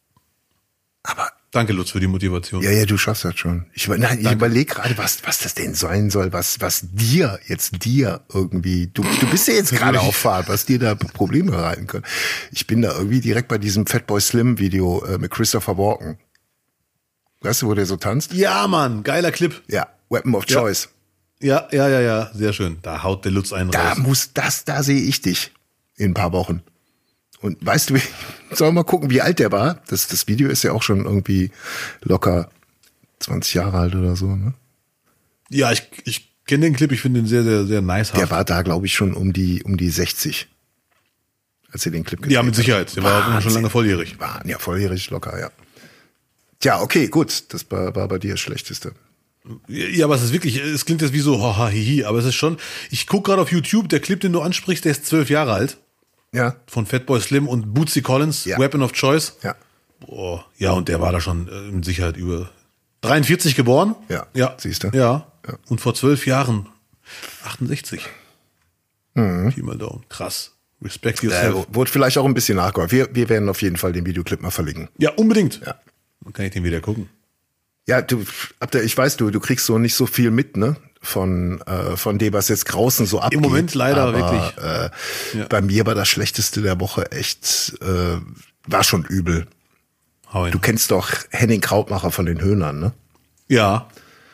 Aber danke, Lutz, für die Motivation. Ja, ja, du schaffst das schon. Ich, nein, ich überlege gerade, was, was das denn sein soll, was, was dir, jetzt dir irgendwie, du, du bist ja jetzt gerade auf Fahrt, was dir da Probleme bereiten können. Ich bin da irgendwie direkt bei diesem Fatboy Slim Video äh, mit Christopher Walken. Weißt du, wo der so tanzt? Ja, Mann, geiler Clip. Ja, Weapon of Choice. Ja, ja, ja, ja, sehr schön. Da haut der Lutz einen da raus. Da muss das, da sehe ich dich in ein paar Wochen. Und weißt du, sollen wir mal gucken, wie alt der war? Das, das Video ist ja auch schon irgendwie locker zwanzig Jahre alt oder so, ne? Ja, ich, ich kenne den Clip, ich finde den sehr, sehr, sehr nice. Der war da, glaube ich, schon um die, um die sechzig. Als er den Clip gesehen hat. Ja, mit Sicherheit. Der war Wahnsinn. Schon lange volljährig. War, ja, volljährig, locker, ja. Tja, okay, gut. Das war, war bei dir das Schlechteste. Ja, aber es ist wirklich, es klingt jetzt wie so, haha, hihi, aber es ist schon, ich gucke gerade auf YouTube, der Clip, den du ansprichst, der ist zwölf Jahre alt. Ja. Von Fatboy Slim und Bootsy Collins, ja. Weapon of Choice. Ja. Boah, ja, und der war da schon äh, mit Sicherheit über dreiundvierzig geboren. Ja, ja. Siehst du? Ja. ja. Und vor zwölf Jahren achtundsechzig. Mhm. Pi mal Daumen. Krass. Respect yourself. Äh, wurde vielleicht auch ein bisschen nachgeholt. Wir, wir werden auf jeden Fall den Videoclip mal verlinken. Ja, unbedingt. Ja. Dann kann ich den wieder gucken. Ja, du, ab der, ich weiß, du, du kriegst so nicht so viel mit, ne? Von, äh, von dem, was jetzt draußen so abgeht. Im Moment leider aber, wirklich. Äh, ja. Bei mir war das Schlechteste der Woche echt, äh, war schon übel. Hau hin. Du kennst doch Henning Krautmacher von den Höhnern, ne? Ja.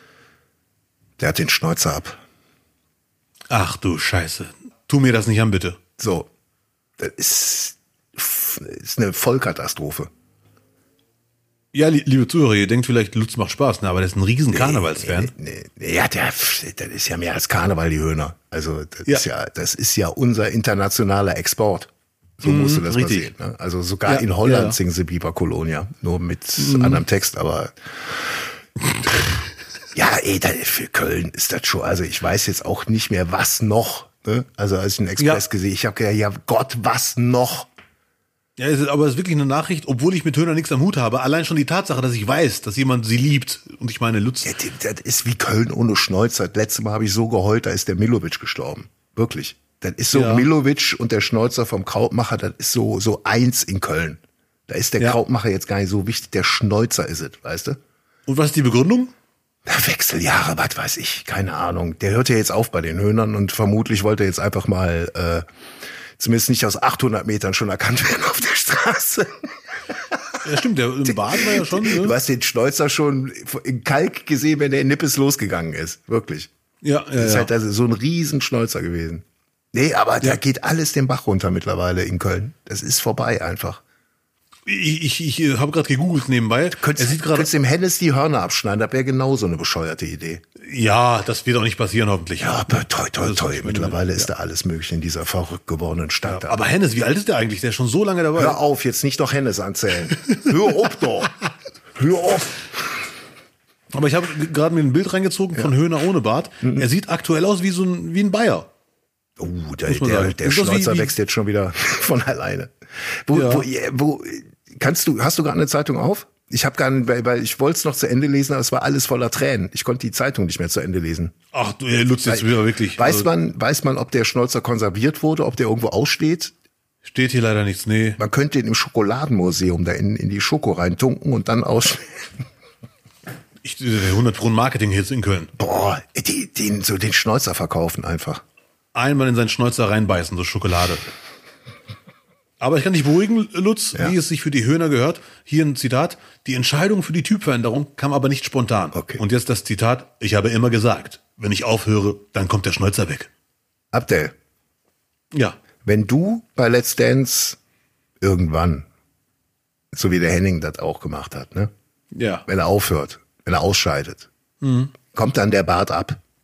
Der hat den Schnäuzer ab. Ach du Scheiße. Tu mir das nicht an, bitte. So. Das ist, ist eine Vollkatastrophe. Ja, liebe Zuhörer, ihr denkt vielleicht, Lutz macht Spaß, ne? Aber das ist ein riesen Karnevalsfan. Nee, nee, nee, ja, der, das ist ja mehr als Karneval, die Höhner. Also das ja. ist ja, das ist ja unser internationaler Export. So mm, musste das passieren. Ne? Also sogar ja, in Holland ja. singen sie Biber Colonia, nur mit mm. anderem Text, aber ja, ey, da, für Köln ist das schon. Also ich weiß jetzt auch nicht mehr, was noch. Ne? Also als ich den Express ja. gesehen, ich habe gedacht, ja Gott, was noch? Ja, es ist, aber es ist wirklich eine Nachricht, obwohl ich mit Höhner nichts am Hut habe. Allein schon die Tatsache, dass ich weiß, dass jemand sie liebt. Und ich meine, Lutz. Ja, das ist wie Köln ohne Schnäuzer. Das letzte Mal habe ich so geheult, da ist der Milovic gestorben. Wirklich. Das ist so ja. Milovic und der Schnäuzer vom Krautmacher, das ist so, so eins in Köln. Da ist der ja. Krautmacher jetzt gar nicht so wichtig. Der Schnäuzer ist es, weißt du? Und was ist die Begründung? Na, Wechseljahre, was weiß ich. Keine Ahnung. Der hört ja jetzt auf bei den Höhnern und vermutlich wollte er jetzt einfach mal, äh, zumindest nicht aus achthundert Metern schon erkannt werden auf der Straße. Ja, stimmt, der im Bad war ja schon. Ne? Du hast den Schnäuzer schon in Kalk gesehen, wenn der in Nippes losgegangen ist. Wirklich. Ja, ja. Das ist ja. halt also so ein riesen Schnäuzer gewesen. Nee, aber da ja. geht alles den Bach runter mittlerweile in Köln. Das ist vorbei einfach. Ich, ich, ich habe gerade gegoogelt nebenbei. Du könntest, er sieht grad, könntest dem Hennes die Hörner abschneiden, das wäre genauso eine bescheuerte Idee. Ja, das wird auch nicht passieren, hoffentlich. Ja, aber toi, toi, toi. toi. Mittlerweile ist ja. da alles möglich in dieser verrückt gewordenen Stadt. Ja, aber Hennes, wie alt ist der eigentlich? Der ist schon so lange dabei. Hör auf, jetzt nicht doch Hennes anzählen. Hör auf doch. Hör auf. Aber ich habe gerade mir ein Bild reingezogen ja. von Höhner ohne Bart. Mhm. Er sieht aktuell aus wie so ein, wie ein Bayer. Oh, der, der, der Schnäuzer wie, wächst jetzt schon wieder von alleine. Wo, ja. wo, wo, kannst du, hast du gerade eine Zeitung auf? Ich habe gar nicht, weil, weil ich wollte es noch zu Ende lesen, aber es war alles voller Tränen. Ich konnte die Zeitung nicht mehr zu Ende lesen. Ach, du Lutz, jetzt wieder wirklich. Weiß also, man, weiß man, ob der Schnäuzer konserviert wurde, ob der irgendwo aussteht? Steht hier leider nichts, nee. Man könnte ihn im Schokoladenmuseum da in, in die Schoko reintunken und dann aus. Ich, hundert Pro Marketing-Hits in Köln. Boah, die, den, so den Schnäuzer verkaufen einfach. Einmal in seinen Schnäuzer reinbeißen, so Schokolade. Aber ich kann dich beruhigen, Lutz, ja. wie es sich für die Höhner gehört. Hier ein Zitat. Die Entscheidung für die Typveränderung kam aber nicht spontan. Okay. Und jetzt das Zitat. Ich habe immer gesagt, wenn ich aufhöre, dann kommt der Schnäuzer weg. Abdel. Ja. Wenn du bei Let's Dance irgendwann, so wie der Henning das auch gemacht hat, ne? Ja. Wenn er aufhört, wenn er ausscheidet, mhm. kommt dann der Bart ab?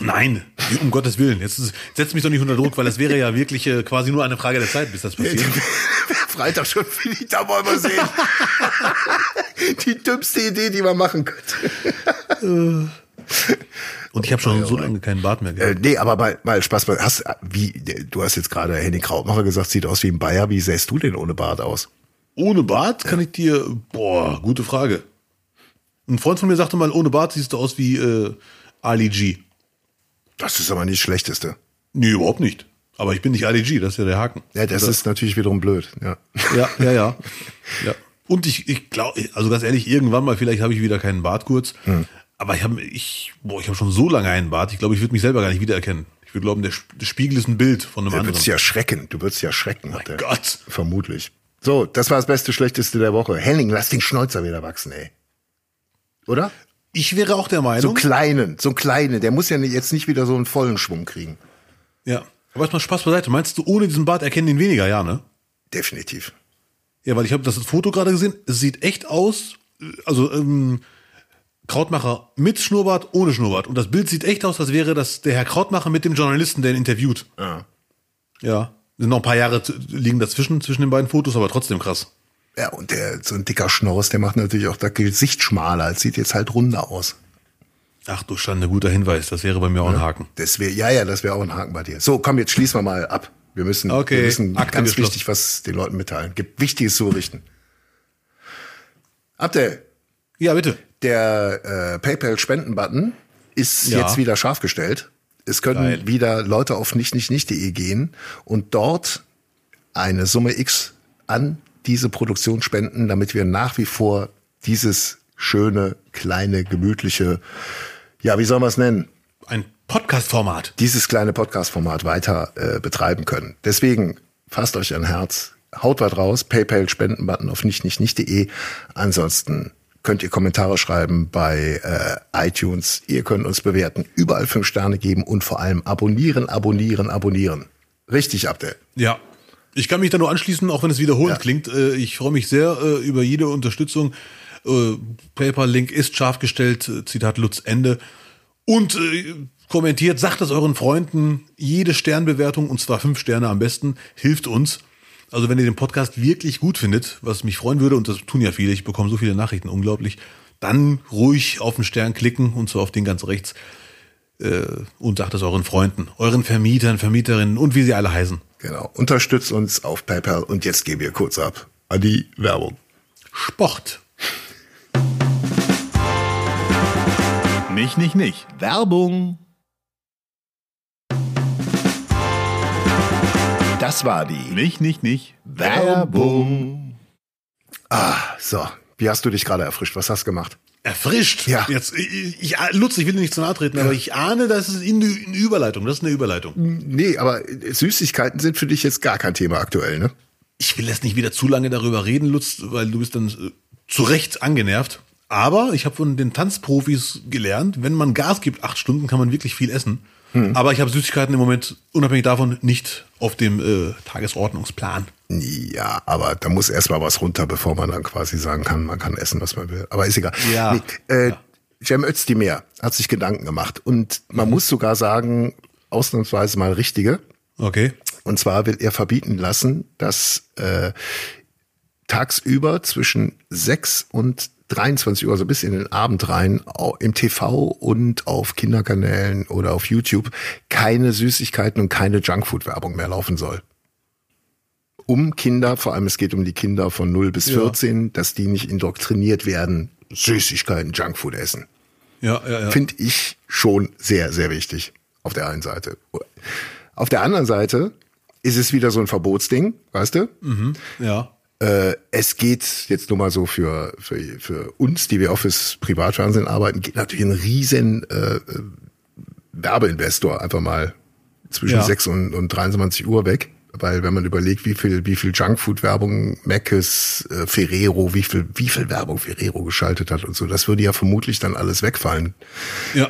Nein, um Gottes Willen. Jetzt ist- setz mich doch nicht unter Druck, weil das wäre ja wirklich äh, quasi nur eine Frage der Zeit, bis das passiert. Freitag schon, will ich da wollen wir sehen. Die dümmste Idee, die man machen könnte. Und ich habe schon so lange keinen Bart mehr Äh, gehabt. nee, aber mal, mal Spaß. mal- Hast, wie, du hast jetzt gerade Henning Krautmacher gesagt, sieht aus wie ein Bayer. Wie sähst du denn ohne Bart aus? Ohne Bart kann ich dir, boah, gute Frage. Ein Freund von mir sagte mal, ohne Bart siehst du aus wie äh, Ali G. Das ist aber nicht das Schlechteste. Nee, überhaupt nicht. Aber ich bin nicht Ali G, das ist ja der Haken. Ja, das ist natürlich wiederum blöd. Ja. Ja, ja, ja. ja. Und ich, ich glaube, also ganz ehrlich, irgendwann mal, vielleicht habe ich wieder keinen Bart kurz. Hm. Aber ich habe ich, boah, ich habe schon so lange einen Bart. Ich glaube, ich würde mich selber gar nicht wiedererkennen. Ich würde glauben, der, der Spiegel ist ein Bild von einem Du anderen. würdest ja schrecken. Du würdest ja schrecken. Mein hat er. Gott. Vermutlich. So, das war das Beste, Schlechteste der Woche. Henning, lass den Schnäuzer wieder wachsen, ey. Oder? Ich wäre auch der So Meinung. kleinen, so kleinen. Der muss ja nicht- jetzt nicht wieder so einen vollen Schwung kriegen. Ja. Aber jetzt mal Spaß beiseite. Meinst du, ohne diesen Bart erkennen ihn weniger, ja, ne? Definitiv. Ja, weil ich habe das Foto gerade gesehen. Es sieht echt aus, also ähm, Krautmacher mit Schnurrbart, ohne Schnurrbart. Und das Bild sieht echt aus, als wäre das der Herr Krautmacher mit dem Journalisten, der ihn interviewt. Ja. Ja. Sind noch ein paar Jahre zu- liegen dazwischen, zwischen den beiden Fotos, aber trotzdem krass. Ja, und der, so ein dicker Schnorres, der macht natürlich auch das Gesicht schmaler. Es sieht jetzt halt runder aus. Ach du Schande, guter Hinweis. Das wäre bei mir auch ein Haken. Das wäre, ja, ja, das wäre auch ein Haken bei dir. So, komm, jetzt schließen wir mal ab. Wir müssen, Okay, wir müssen Akte ganz geschlossen. wichtig was den Leuten mitteilen. Gibt Wichtiges zu berichten. Abdel, Ja, bitte. der äh, PayPal-Spenden-Button ist Ja. jetzt wieder scharf gestellt. Es können Geil. wieder Leute auf nicht nicht nicht punkt de gehen und dort eine Summe X an diese Produktion spenden, damit wir nach wie vor dieses schöne, kleine, gemütliche, ja, wie soll man es nennen? Ein Podcast-Format. dieses kleine Podcast-Format weiter äh, betreiben können. Deswegen fasst euch ein Herz, haut was raus, PayPal-Spendenbutton auf nicht nicht nicht punkt de. Ansonsten könnt ihr Kommentare schreiben bei äh, iTunes. Ihr könnt uns bewerten, überall fünf Sterne geben und vor allem abonnieren, abonnieren, abonnieren. Richtig, Abdel. Ja. Ich kann mich da nur anschließen, auch wenn es wiederholend Ja. klingt. Äh, Ich freue mich sehr äh, über jede Unterstützung. Äh, PayPal-Link ist scharf gestellt. äh, Zitat Lutz, Ende. Und äh, kommentiert, sagt es euren Freunden. Jede Sternbewertung, und zwar fünf Sterne am besten, hilft uns. Also wenn ihr den Podcast wirklich gut findet, was mich freuen würde, und das tun ja viele, ich bekomme so viele Nachrichten, unglaublich, dann ruhig auf den Stern klicken, und zwar auf den ganz rechts, äh, und sagt es euren Freunden, euren Vermietern, Vermieterinnen und wie sie alle heißen. Genau. Unterstützt uns auf PayPal und jetzt gehen wir kurz ab an die Werbung. Sport. Nicht, nicht, nicht. Werbung. Das war die Nicht, nicht, nicht. Werbung. Ah, so. Wie hast du dich gerade erfrischt? Was hast du gemacht? Erfrischt. Ja. Jetzt, ich, ich, Lutz, ich will dir nicht zu nahe treten, aber ich ahne, das ist in die- eine Überleitung. Das ist eine Überleitung. Nee, aber Süßigkeiten sind für dich jetzt gar kein Thema aktuell, ne? Ich will jetzt nicht wieder zu lange darüber reden, Lutz, weil du bist dann äh, zu Recht angenervt. Aber ich habe von den Tanzprofis gelernt, wenn man Gas gibt, acht Stunden, kann man wirklich viel essen. Aber ich habe Süßigkeiten im Moment, unabhängig davon, nicht auf dem äh, Tagesordnungsplan. Ja, aber da muss erst mal was runter, bevor man dann quasi sagen kann, man kann essen, was man will. Aber ist egal. Ja. Nee, äh, Ja. Cem Özdemir hat sich Gedanken gemacht. Und man muss sogar sagen, ausnahmsweise mal richtige. Okay. Und zwar will er verbieten lassen, dass äh, tagsüber zwischen sechs und dreiundzwanzig Uhr, also bis in den Abend rein, au- im T V und auf Kinderkanälen oder auf YouTube keine Süßigkeiten und keine Junkfood-Werbung mehr laufen soll. Um Kinder, vor allem es geht um die Kinder von null bis vierzehn, dass die nicht indoktriniert werden, Süßigkeiten, Junkfood essen. Ja, ja, ja. Finde ich schon sehr, sehr wichtig. Auf der einen Seite. Auf der anderen Seite ist es wieder so ein Verbotsding, weißt du? ja. Äh, es geht jetzt nur mal so für, für, für uns, die wir auch fürs Privatfernsehen arbeiten, geht natürlich ein riesen äh, Werbeinvestor einfach mal zwischen Ja. sechs und, und dreiundzwanzig Uhr weg. Weil wenn man überlegt, wie viel, wie viel Junkfood-Werbung Mc's, äh, Ferrero, wie viel, wie viel Werbung Ferrero geschaltet hat und so, das würde ja vermutlich dann alles wegfallen. Ja.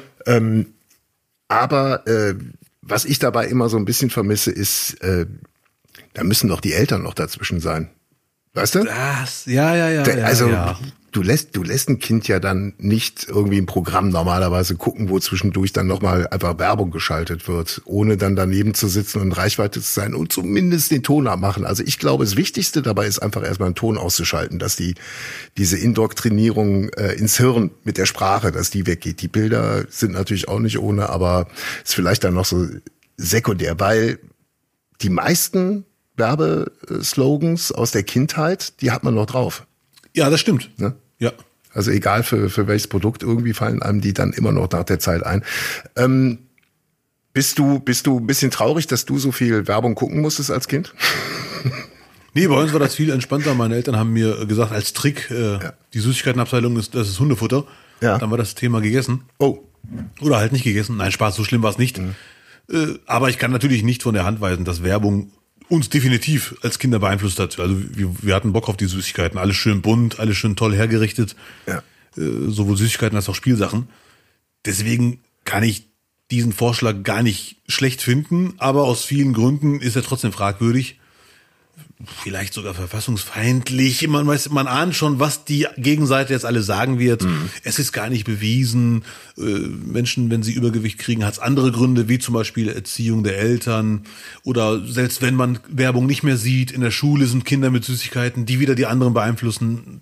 Aber äh, was ich dabei immer so ein bisschen vermisse, ist, äh, da müssen doch die Eltern noch dazwischen sein. Weißt du? Das, ja, ja, ja. Der- ja also ja. du lässt, du lässt ein Kind ja dann nicht irgendwie ein Programm normalerweise gucken, wo zwischendurch dann nochmal einfach Werbung geschaltet wird, ohne dann daneben zu sitzen und in Reichweite zu sein und zumindest den Ton abmachen. Also ich glaube, das Wichtigste dabei ist einfach erstmal einen Ton auszuschalten, dass die, diese Indoktrinierung äh, ins Hirn mit der Sprache, dass die weggeht. Die Bilder sind natürlich auch nicht ohne, aber ist vielleicht dann noch so sekundär, weil die meisten Werbeslogans aus der Kindheit, die hat man noch drauf. Ja, das stimmt. Ne? Ja. Also egal für, für welches Produkt, irgendwie fallen einem die dann immer noch nach der Zeit ein. Ähm, bist du, bist du ein bisschen traurig, dass du so viel Werbung gucken musstest als Kind? Nee, bei uns war das viel entspannter. Meine Eltern haben mir gesagt, als Trick, äh, ja. die Süßigkeitenabteilung ist, das ist Hundefutter. Ja. Dann war das Thema gegessen. Oh. Oder halt nicht gegessen. Nein, Spaß, so schlimm war es nicht. Mhm. Äh, aber ich kann natürlich nicht von der Hand weisen, dass Werbung uns definitiv als Kinder beeinflusst hat. Also wir, wir hatten Bock auf die Süßigkeiten. Alles schön bunt, alles schön toll hergerichtet. Ja. Äh, sowohl Süßigkeiten als auch Spielsachen. Deswegen kann ich diesen Vorschlag gar nicht schlecht finden, aber aus vielen Gründen ist er trotzdem fragwürdig. Vielleicht sogar verfassungsfeindlich. Man weiß, man ahnt schon, was die Gegenseite jetzt alle sagen wird. Mhm. Es ist gar nicht bewiesen. Äh, Menschen, wenn sie Übergewicht kriegen, hat es andere Gründe, wie zum Beispiel Erziehung der Eltern. Oder selbst wenn man Werbung nicht mehr sieht, in der Schule sind Kinder mit Süßigkeiten, die wieder die anderen beeinflussen.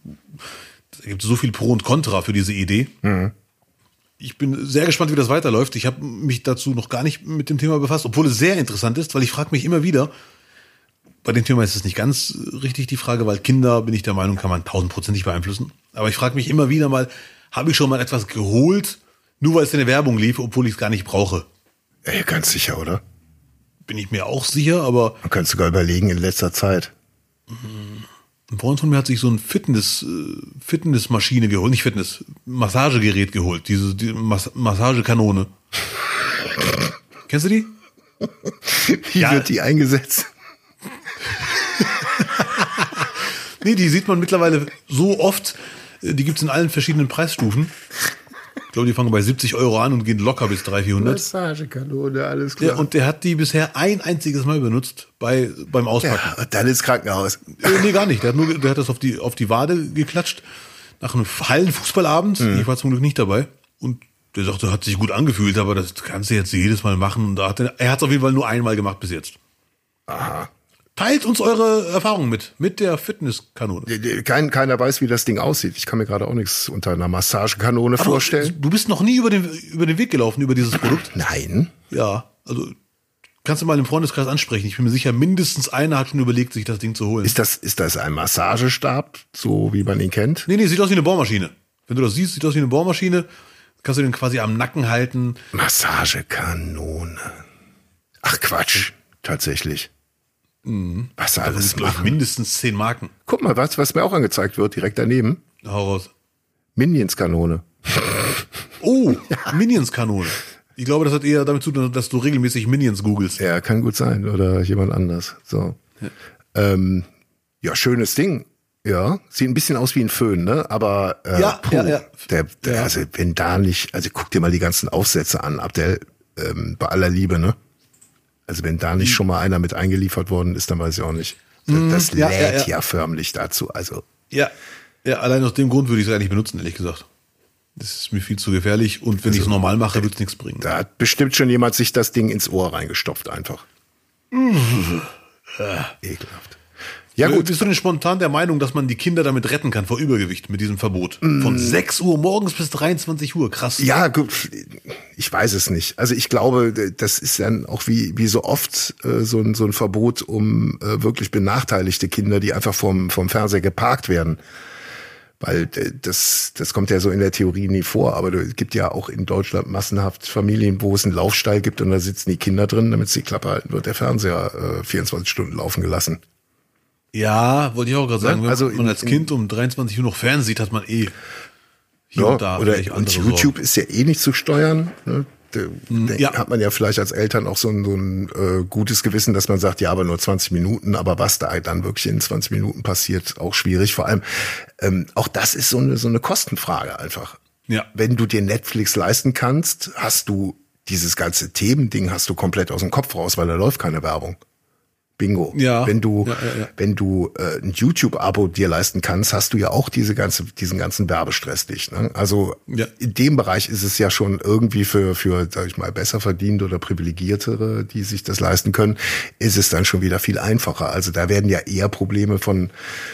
Da gibt es so viel Pro und Contra für diese Idee. Mhm. Ich bin sehr gespannt, wie das weiterläuft. Ich habe mich dazu noch gar nicht mit dem Thema befasst, obwohl es sehr interessant ist, weil ich frage mich immer wieder, bei dem Thema ist es nicht ganz richtig die Frage, weil Kinder, bin ich der Meinung, kann man tausendprozentig beeinflussen. Aber ich frage mich immer wieder mal, habe ich schon mal etwas geholt, nur weil es in der Werbung lief, obwohl ich es gar nicht brauche? Ja, ganz sicher, oder? Bin ich mir auch sicher, aber... Man kann es sogar überlegen in letzter Zeit. Ein Freund von mir hat sich so ein Fitness, Fitnessmaschine geholt, nicht Fitness, Massagegerät geholt, diese die Mas- Massagekanone. Kennst du die? Wie ja. wird die eingesetzt? Nee, die sieht man mittlerweile so oft. Die gibt's in allen verschiedenen Preisstufen. Ich glaube, die fangen bei siebzig Euro an und gehen locker bis dreihundert, vierhundert. Massagekanone, alles klar. Ja, und der hat die bisher ein einziges Mal benutzt bei, beim Auspacken. Ja, und dann ins Krankenhaus. Äh, nee, gar nicht. Der hat nur, der hat das auf die, auf die Wade geklatscht. Nach einem Hallenfußballabend. Mhm. Ich war zum Glück nicht dabei. Und der sagte, hat sich gut angefühlt, aber das kannst du jetzt jedes Mal machen. Und da hat er, er hat es auf jeden Fall nur einmal gemacht bis jetzt. Aha. Teilt uns eure Erfahrungen mit, mit der Fitnesskanone. Kein, keiner weiß, wie das Ding aussieht. Ich kann mir gerade auch nichts unter einer Massagekanone Aber vorstellen. Du bist noch nie über den, über den Weg gelaufen, über dieses Produkt? Nein. Ja, also kannst du mal im Freundeskreis ansprechen. Ich bin mir sicher, mindestens einer hat schon überlegt, sich das Ding zu holen. Ist das, ist das ein Massagestab, so wie man ihn kennt? Nee, nee, sieht aus wie eine Bohrmaschine. Wenn du das siehst, sieht aus wie eine Bohrmaschine. Kannst du den quasi am Nacken halten. Massagekanone. Ach Quatsch, tatsächlich. Mhm. Was da alles sind, ich, mindestens zehn Marken. Guck mal, was, was mir auch angezeigt wird, direkt daneben. Hau raus. Minions-Kanone. Oh, ja. Minions-Kanone. Ich glaube, das hat eher damit zu tun, dass du regelmäßig Minions googelst. Ja, kann gut sein. Oder jemand anders. So. Ja, ähm, ja schönes Ding. Ja, sieht ein bisschen aus wie ein Föhn, ne? Aber äh, ja, puh, ja, ja. Der, der, ja. Also wenn da nicht, also guck dir mal die ganzen Aufsätze an, Abdel, ähm, bei aller Liebe, ne? Also wenn da nicht schon mal einer mit eingeliefert worden ist, dann weiß ich auch nicht. Das ja, lädt ja, ja. ja förmlich dazu. Also ja, ja, allein aus dem Grund würde ich es eigentlich benutzen, ehrlich gesagt. Das ist mir viel zu gefährlich und wenn also, ich es normal mache, wird es nichts bringen. Da hat bestimmt schon jemand sich das Ding ins Ohr reingestopft einfach. Ekelhaft. Ja gut. Bist du denn spontan der Meinung, dass man die Kinder damit retten kann vor Übergewicht mit diesem Verbot? Von mm. sechs Uhr morgens bis dreiundzwanzig Uhr, krass. Ja gut, ich weiß es nicht. Also ich glaube, das ist dann auch wie wie so oft äh, so ein so ein Verbot um äh, wirklich benachteiligte Kinder, die einfach vom vom Fernseher geparkt werden. Weil das das kommt ja so in der Theorie nie vor, aber es gibt ja auch in Deutschland massenhaft Familien, wo es einen Laufstall gibt und da sitzen die Kinder drin, damit sie die Klappe halten, wird der Fernseher äh, vierundzwanzig Stunden laufen gelassen. Ja, wollte ich auch gerade sagen, wenn also man als Kind um dreiundzwanzig Uhr noch Fernsehen sieht, hat man eh hier ja, und da oder und YouTube Sorgen. Ist ja eh nicht zu steuern. Ne? Da, da ja. hat man ja vielleicht als Eltern auch so ein, so ein äh, gutes Gewissen, dass man sagt, ja, aber nur zwanzig Minuten, aber was da dann wirklich in zwanzig Minuten passiert, auch schwierig. Vor allem, ähm, auch das ist so eine, so eine Kostenfrage einfach. Ja. Wenn du dir Netflix leisten kannst, hast du dieses ganze Themending hast du komplett aus dem Kopf raus, weil da läuft keine Werbung. Bingo. Ja. Wenn du, ja, ja, ja. wenn du äh, ein YouTube-Abo dir leisten kannst, hast du ja auch diese ganze, diesen ganzen Werbestress nicht. Ne? Also ja. in dem Bereich ist es ja schon irgendwie für, für, sag ich mal, besser verdient oder Privilegiertere, die sich das leisten können, ist es dann schon wieder viel einfacher. Also da werden ja eher Probleme von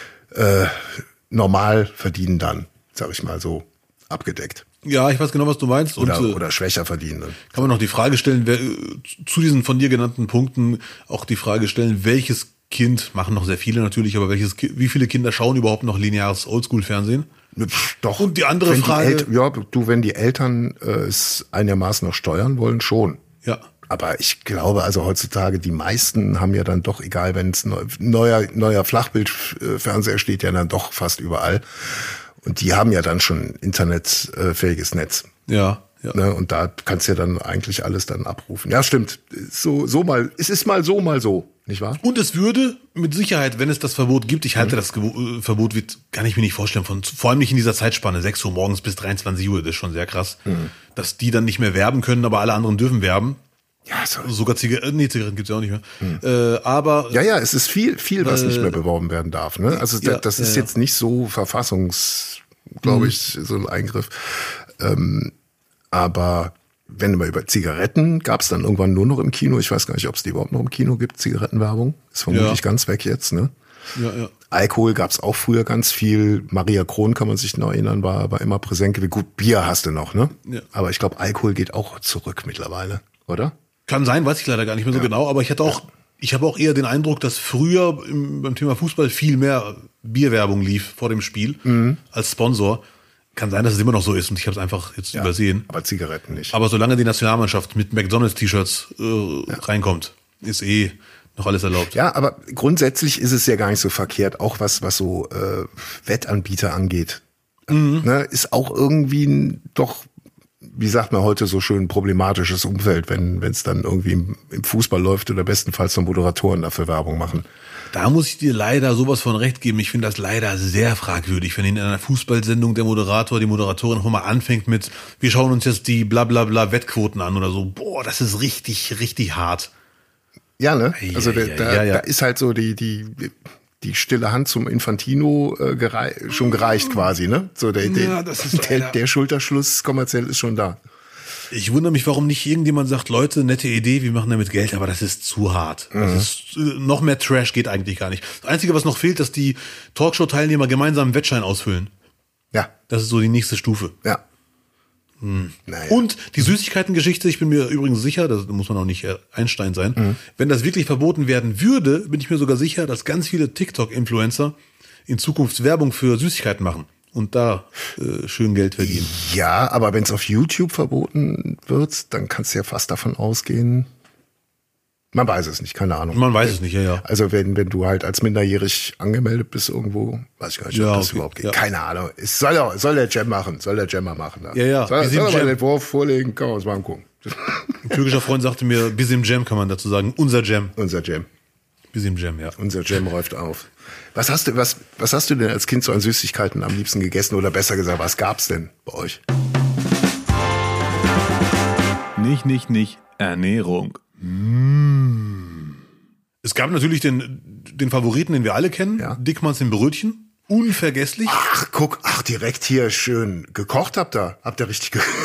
äh, normal verdienen dann, sag ich mal so, abgedeckt. Ja, ich weiß genau, was du meinst. Oder, und, oder schwächer verdienen. Kann man noch die Frage stellen, wer, zu diesen von dir genannten Punkten auch die Frage stellen, welches Kind, machen noch sehr viele natürlich, aber welches, wie viele Kinder schauen überhaupt noch lineares Oldschool-Fernsehen? Doch. Und die andere wenn Frage. Die El- ja, du, wenn die Eltern äh, es einigermaßen noch steuern wollen, schon. Ja. Aber ich glaube, also heutzutage, die meisten haben ja dann doch, egal, wenn es neu, neuer, neuer Flachbildfernseher steht, ja dann doch fast überall. Und die haben ja dann schon internetfähiges Netz. Ja, ja. Ne? Und da kannst du ja dann eigentlich alles dann abrufen. Ja, stimmt. So, so mal, es ist mal so, mal so, nicht wahr? Und es würde mit Sicherheit, wenn es das Verbot gibt, ich halte mhm. das Gebo- Verbot, wird, kann ich mir nicht vorstellen, von, vor allem nicht in dieser Zeitspanne, sechs Uhr morgens bis dreiundzwanzig Uhr, das ist schon sehr krass, mhm. dass die dann nicht mehr werben können, aber alle anderen dürfen werben. Ja, so. Sogar Zigaretten, nee, Zigaretten gibt's ja auch nicht mehr. Hm. Äh, aber ja, ja, es ist viel, viel, was äh, nicht mehr beworben werden darf. Ne? Also ja, das ist ja, jetzt nicht so verfassungs, glaube ich, so ein Eingriff. Ähm, aber wenn wir über Zigaretten, gab es dann irgendwann nur noch im Kino. Ich weiß gar nicht, ob es die überhaupt noch im Kino gibt, Zigarettenwerbung. Ist vermutlich ja. ganz weg jetzt. Ne? Ja, ja. Alkohol gab es auch früher ganz viel. Maria Kron, kann man sich noch erinnern, war, war immer präsent gewesen. Gut, Bier hast du noch, ne? Ja. Aber ich glaube, Alkohol geht auch zurück mittlerweile, oder? Kann sein, weiß ich leider gar nicht mehr so ja. genau, aber ich hatte auch, ich habe auch eher den Eindruck, dass früher im, beim Thema Fußball viel mehr Bierwerbung lief vor dem Spiel mhm. als Sponsor. Kann sein, dass es immer noch so ist und ich habe es einfach jetzt ja, übersehen. Aber Zigaretten nicht. Aber solange die Nationalmannschaft mit McDonalds-T-Shirts äh, ja. reinkommt, ist eh noch alles erlaubt. Ja, aber grundsätzlich ist es ja gar nicht so verkehrt, auch was was so äh, Wettanbieter angeht. Mhm. Ne, ist auch irgendwie ein, doch, wie sagt man heute so schön, problematisches Umfeld, wenn wenn es dann irgendwie im, im Fußball läuft oder bestenfalls noch Moderatoren dafür Werbung machen. Da muss ich dir leider sowas von recht geben. Ich finde das leider sehr fragwürdig, wenn in einer Fußballsendung der Moderator, die Moderatorin noch mal anfängt mit, wir schauen uns jetzt die blablabla Wettquoten an oder so. Boah, das ist richtig, richtig hart. Ja, ne? Also ja, da, ja, da, ja, ja. da ist halt so die die die stille Hand zum Infantino äh, gerei- schon gereicht quasi, ne? So der der, Ja, das ist der, der Schulterschluss kommerziell ist schon da. Ich wundere mich, warum nicht irgendjemand sagt, Leute, nette Idee, wir machen damit Geld, aber das ist zu hart. Das Mhm. ist, äh, noch mehr Trash geht eigentlich gar nicht. Das Einzige, was noch fehlt, dass die Talkshow-Teilnehmer gemeinsam einen Wettschein ausfüllen. Ja, Das ist so die nächste Stufe. ja. Hm. Naja. Und die Süßigkeiten-Geschichte, ich bin mir übrigens sicher, da muss man auch nicht Einstein sein, Mhm. wenn das wirklich verboten werden würde, bin ich mir sogar sicher, dass ganz viele TikTok-Influencer in Zukunft Werbung für Süßigkeiten machen und da äh, schön Geld verdienen. Ja, aber wenn es auf YouTube verboten wird, dann kannst du ja fast davon ausgehen. Man weiß es nicht, keine Ahnung. Man weiß es nicht, ja, ja. Also wenn wenn du halt als minderjährig angemeldet bist irgendwo, weiß ich gar nicht, ob Ja, das okay, überhaupt geht. ja. Keine Ahnung. Es soll ja, soll der Jam machen, soll der Jammer machen. Da. Ja, ja. Soll, Wir sind soll er mal Jam. den Entwurf vorlegen, kann man uns mal angucken. Ein türkischer Freund sagte mir, bis im Jam kann man dazu sagen, unser Jam. Unser Jam. Bis im Jam, ja. Unser Jam läuft auf. Was hast du, was, was hast du denn als Kind so an Süßigkeiten am liebsten gegessen? Oder besser gesagt, was gab's denn bei euch? Nicht, nicht, nicht. Ernährung. Es gab natürlich den, den Favoriten, den wir alle kennen, Ja. Dickmanns im Brötchen. Unvergesslich. Ach, guck, ach, direkt hier schön gekocht habt ihr? Habt ihr richtig gekocht?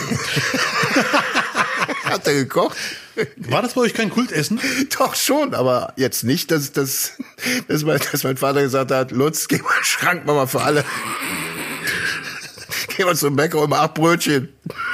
Habt ihr gekocht? War das bei euch kein Kultessen? Doch schon, aber jetzt nicht, dass, dass, dass, mein, dass mein Vater gesagt hat, Lutz, geh mal in den Schrank, mach mal für alle. Geh mal zum Bäcker und mal acht Brötchen.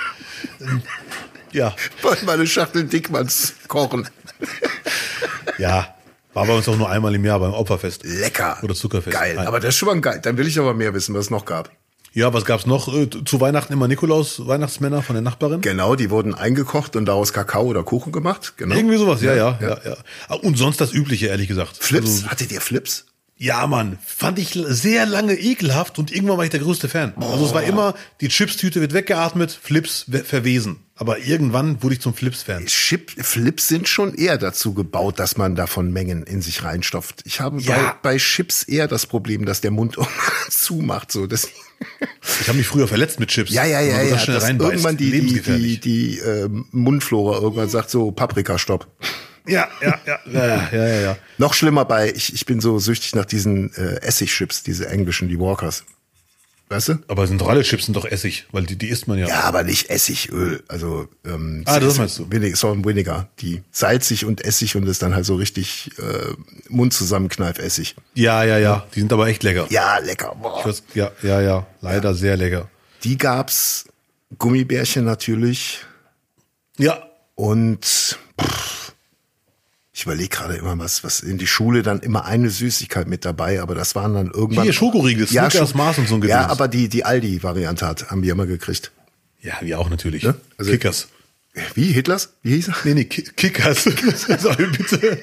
Ja. Wollen mal eine Schachtel Dickmanns kochen. Ja. War bei uns auch nur einmal im Jahr beim Opferfest. Lecker. Oder Zuckerfest. Geil, Nein. aber das ist schon mal geil. Dann will ich aber mehr wissen, was es noch gab. Ja, was gab's noch? Äh, Zu Weihnachten immer Nikolaus, Weihnachtsmänner von der Nachbarin. Genau, die wurden eingekocht und daraus Kakao oder Kuchen gemacht. Genau. Irgendwie sowas, ja, ja, ja, ja. Und sonst das Übliche, ehrlich gesagt. Flips? Also, Hattet ihr Flips? ja, Mann, fand ich sehr lange ekelhaft und irgendwann war ich der größte Fan. Also es war immer, die Chipstüte wird weggeatmet, Flips we- verwesen. Aber irgendwann wurde ich zum Flips-Fan. Chip, Flips sind schon eher dazu gebaut, dass man davon Mengen in sich reinstopft. Ich habe Ja. bei, bei Chips eher das Problem, dass der Mund zumacht. So, dass Ich habe mich früher verletzt mit Chips. ja, ja, Wenn ja, man so ja. schnell Dass reinbeißt. irgendwann die, die, die, Lebensgefährlich. die äh, Mundflora irgendwann sagt so, Paprika, stopp. Ja, ja, ja, ja, ja, ja, ja. Noch schlimmer bei, ich, ich bin so süchtig nach diesen äh, Essigchips, diese englischen, die Walkers. Weißt du? Aber sind doch alle Chips sind doch Essig, weil die, die isst man ja. Ja, aber nicht Essigöl. Also ähm, Ah, das meinst du. Wenig, sondern weniger. Die salzig und Essig und ist dann halt so richtig äh, Mund zusammenkneif Essig. Ja, ja, ja. Die sind aber echt lecker. Ja, lecker. Boah. Ich weiß, ja, ja, ja. Leider ja. Sehr lecker. Die gab's, Gummibärchen natürlich. Ja. Und pff, ich überlege gerade immer was, was in die Schule dann immer eine Süßigkeit mit dabei, aber das waren dann irgendwann. Hier, Schokoriegel, ja, Snickers, Mars und so ein Gedöns. Ja, aber die, die Aldi-Variante hat, haben wir immer gekriegt. Ja, wir auch natürlich. Ne? Also, Kickers. Wie, Hitlers? Wie hieß er? Nee, nee, Ki- Kickers. Sag mir bitte.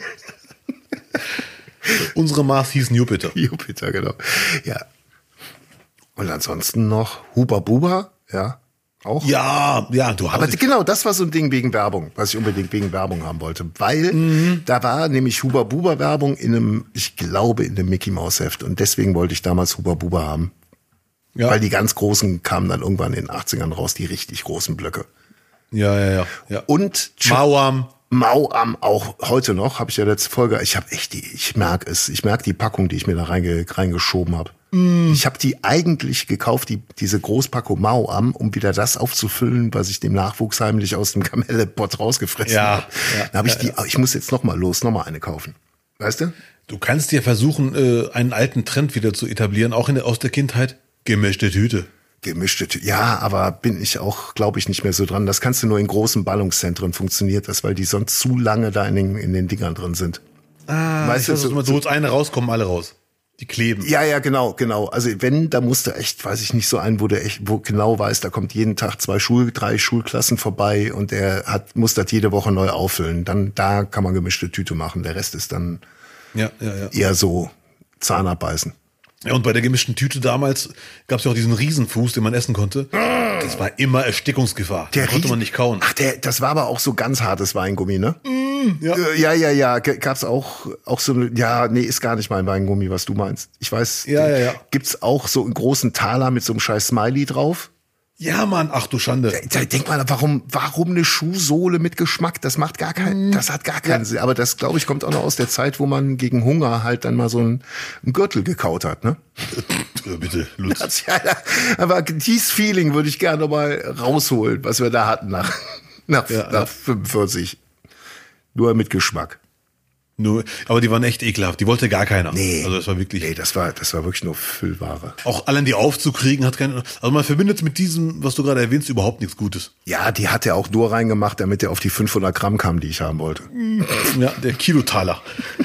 Unsere Mars hießen Jupiter. Jupiter, genau. Ja. Und ansonsten noch Huba Buba, ja. Auch? Ja, ja, du hast. Aber genau, das war so ein Ding wegen Werbung, was ich unbedingt wegen Werbung haben wollte. Weil mhm. da war nämlich Huba Buba Werbung in einem, ich glaube, in einem Mickey Maus Heft. Und deswegen wollte ich damals Huba Buba haben. Ja. Weil die ganz großen kamen dann irgendwann in den achtzigern raus, die richtig großen Blöcke. Ja, ja, ja. ja. Und Mauam. Mauam auch heute noch, habe ich ja letzte Folge, ich habe echt die, ich merke es, ich merke die Packung, die ich mir da reinge, reingeschoben habe. Mm. Ich habe die eigentlich gekauft, die diese Großpackung Mauam, um wieder das aufzufüllen, was ich dem Nachwuchs heimlich aus dem Kamelle-Pot rausgefressen ja, habe. Ja, Dann habe ich ja, die, ja. ich muss jetzt noch mal los, noch mal eine kaufen. Weißt du? Du kannst dir versuchen, äh, einen alten Trend wieder zu etablieren, auch in der, aus der Kindheit. Gemischte Tüte. Gemischte Tüte. Ja, aber bin ich auch, glaube ich, nicht mehr so dran. Das kannst du nur in großen Ballungszentren funktioniert das, weil die sonst zu lange da in den, in den Dingern drin sind. Ah, weißt du, so, so holst eine raus, kommen alle raus. Die kleben. Ja, ja, genau, genau. Also wenn, da musste echt, weiß ich nicht, so einen, wo der echt, wo genau weiß, da kommt jeden Tag zwei Schul, drei Schulklassen vorbei und der hat, muss das jede Woche neu auffüllen. Dann, da kann man gemischte Tüte machen. Der Rest ist dann ja, ja, ja. eher so Zahnabbeißen. Ja, und bei der gemischten Tüte damals gab es ja auch diesen Riesenfuß, den man essen konnte. Das war immer Erstickungsgefahr. Der den konnte Riesen- man nicht kauen. Ach, der, das war aber auch so ganz hartes Weingummi, ne? Mm, ja. Äh, Ja, ja, ja. G- Gab's auch, auch so eine, ja, nee, ist gar nicht mein Weingummi, was du meinst. Ich weiß, Ja, den- ja, ja. Gibt's auch so einen großen Taler mit so einem scheiß Smiley drauf? Ja, Mann, ach du Schande. Da denkt man, warum, warum eine Schuhsohle mit Geschmack? Das macht gar keinen, das hat gar keinen Sinn. Aber das, glaube ich, kommt auch noch aus der Zeit, wo man gegen Hunger halt dann mal so einen, einen Gürtel gekaut hat, ne? Äh, Bitte, Lutz. Das, ja, aber dieses Feeling würde ich gerne noch mal rausholen, was wir da hatten nach, nach, Ja, nach ja. fünfundvierzig. Nur mit Geschmack. Nur, aber die waren echt ekelhaft. Die wollte gar keiner. Nee. Also das war wirklich. Nee, das war, das war wirklich nur Füllware. Auch allein die aufzukriegen hat keinen. Also man verbindet mit diesem, was du gerade erwähnst, überhaupt nichts Gutes. Ja, die hat er auch nur reingemacht, damit er auf die fünfhundert Gramm kam, die ich haben wollte. Ja, der Kilotaler.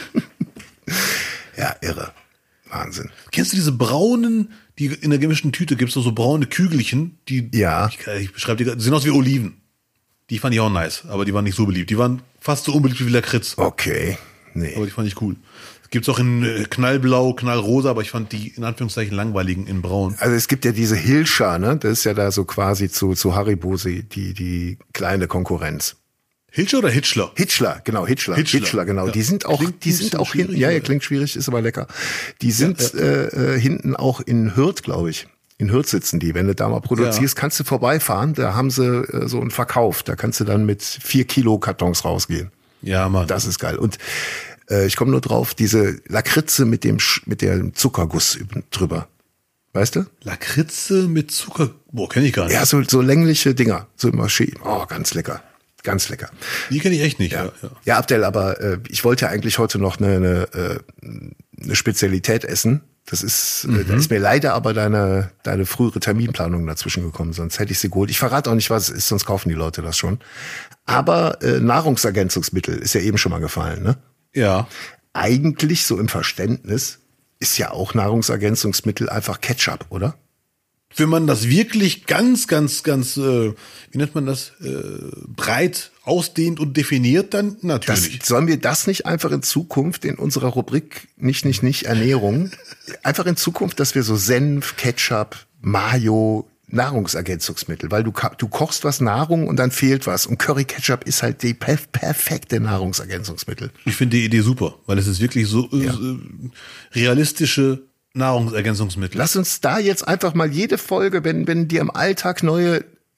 Ja, irre. Wahnsinn. Kennst du diese braunen, die in der gemischten Tüte gibt's doch so braune Kügelchen, die, Ja. ich, ich beschreibe die, gerade, die sehen aus wie Oliven. Die fand ich auch nice, aber die waren nicht so beliebt. Die waren fast so unbeliebt wie Lakritz, Okay. Nee. aber die fand ich cool. Gibt's auch in äh, knallblau, knallrosa, aber ich fand die in Anführungszeichen langweiligen in braun. Also es gibt ja diese Hilscher, ne? Das ist ja da so quasi zu, zu Haribo die, die kleine Konkurrenz. Hilscher oder Hitchler? Hitchler, genau, Hitchler. Hitchler, Hitchler, genau. ja. Die sind auch, Klingt die ein sind bisschen auch hinten, schwierig, ja, ja, aber- klingt schwierig, ist aber lecker. Die sind ja. Äh, äh, hinten auch in Hürth, glaube ich. In Hürth sitzen die. Wenn du da mal produzierst, Ja. kannst du vorbeifahren. Da haben sie äh, so einen Verkauf. Da kannst du dann mit vier Kilo Kartons rausgehen. Ja, Mann. Das ist geil. Und äh, ich komme nur drauf, diese Lakritze mit dem Sch- mit dem Zuckerguss üb- drüber. Weißt du? Lakritze mit Zucker. Boah, kenne ich gar nicht. Ja, so, so längliche Dinger. So im Marché. Oh, ganz lecker. Ganz lecker. Die kenne ich echt nicht. Ja, Ja, ja. ja Abdel, aber äh, ich wollte eigentlich heute noch eine, eine, äh, eine Spezialität essen. Das ist, Mhm. äh, da ist mir leider aber deine, deine frühere Terminplanung dazwischen gekommen, sonst hätte ich sie geholt. Ich verrate auch nicht, was es ist, sonst kaufen die Leute das schon. Aber äh, Nahrungsergänzungsmittel ist ja eben schon mal gefallen, ne? Ja. Eigentlich so im Verständnis ist ja auch Nahrungsergänzungsmittel einfach Ketchup, oder? Wenn man das wirklich ganz, ganz, ganz, äh, wie nennt man das, äh, breit ausdehnt und definiert, dann Das, natürlich. sollen wir das nicht einfach in Zukunft in unserer Rubrik nicht, nicht, nicht Ernährung, einfach in Zukunft, dass wir so Senf, Ketchup, Mayo, Nahrungsergänzungsmittel, weil du, ka- du kochst was Nahrung und dann fehlt was und Curry Ketchup ist halt die perf- perfekte Nahrungsergänzungsmittel. Ich finde die Idee super, weil es ist wirklich so äh, Ja. äh, realistische Nahrungsergänzungsmittel. Lass uns da jetzt einfach mal jede Folge, wenn, wenn dir im Alltag neue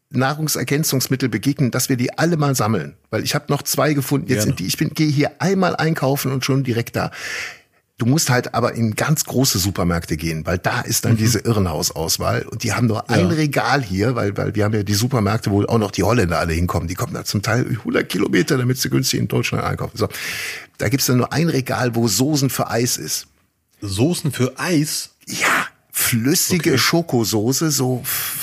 Nahrungsergänzungsmittel begegnen, dass wir die alle mal sammeln. Weil ich habe noch zwei gefunden. Jetzt Gerne. sind die, ich bin gehe hier einmal einkaufen und schon direkt da. Du musst halt aber in ganz große Supermärkte gehen, weil da ist dann mhm. diese Irrenhausauswahl und die haben nur ein ja. Regal hier, weil weil wir haben ja die Supermärkte, wo auch noch die Holländer alle hinkommen. Die kommen da zum Teil hundert Kilometer, damit sie günstig in Deutschland einkaufen. So, da gibt's dann nur ein Regal, wo Soßen für Eis ist. Soßen für Eis? Ja, flüssige okay. Schokosoße, so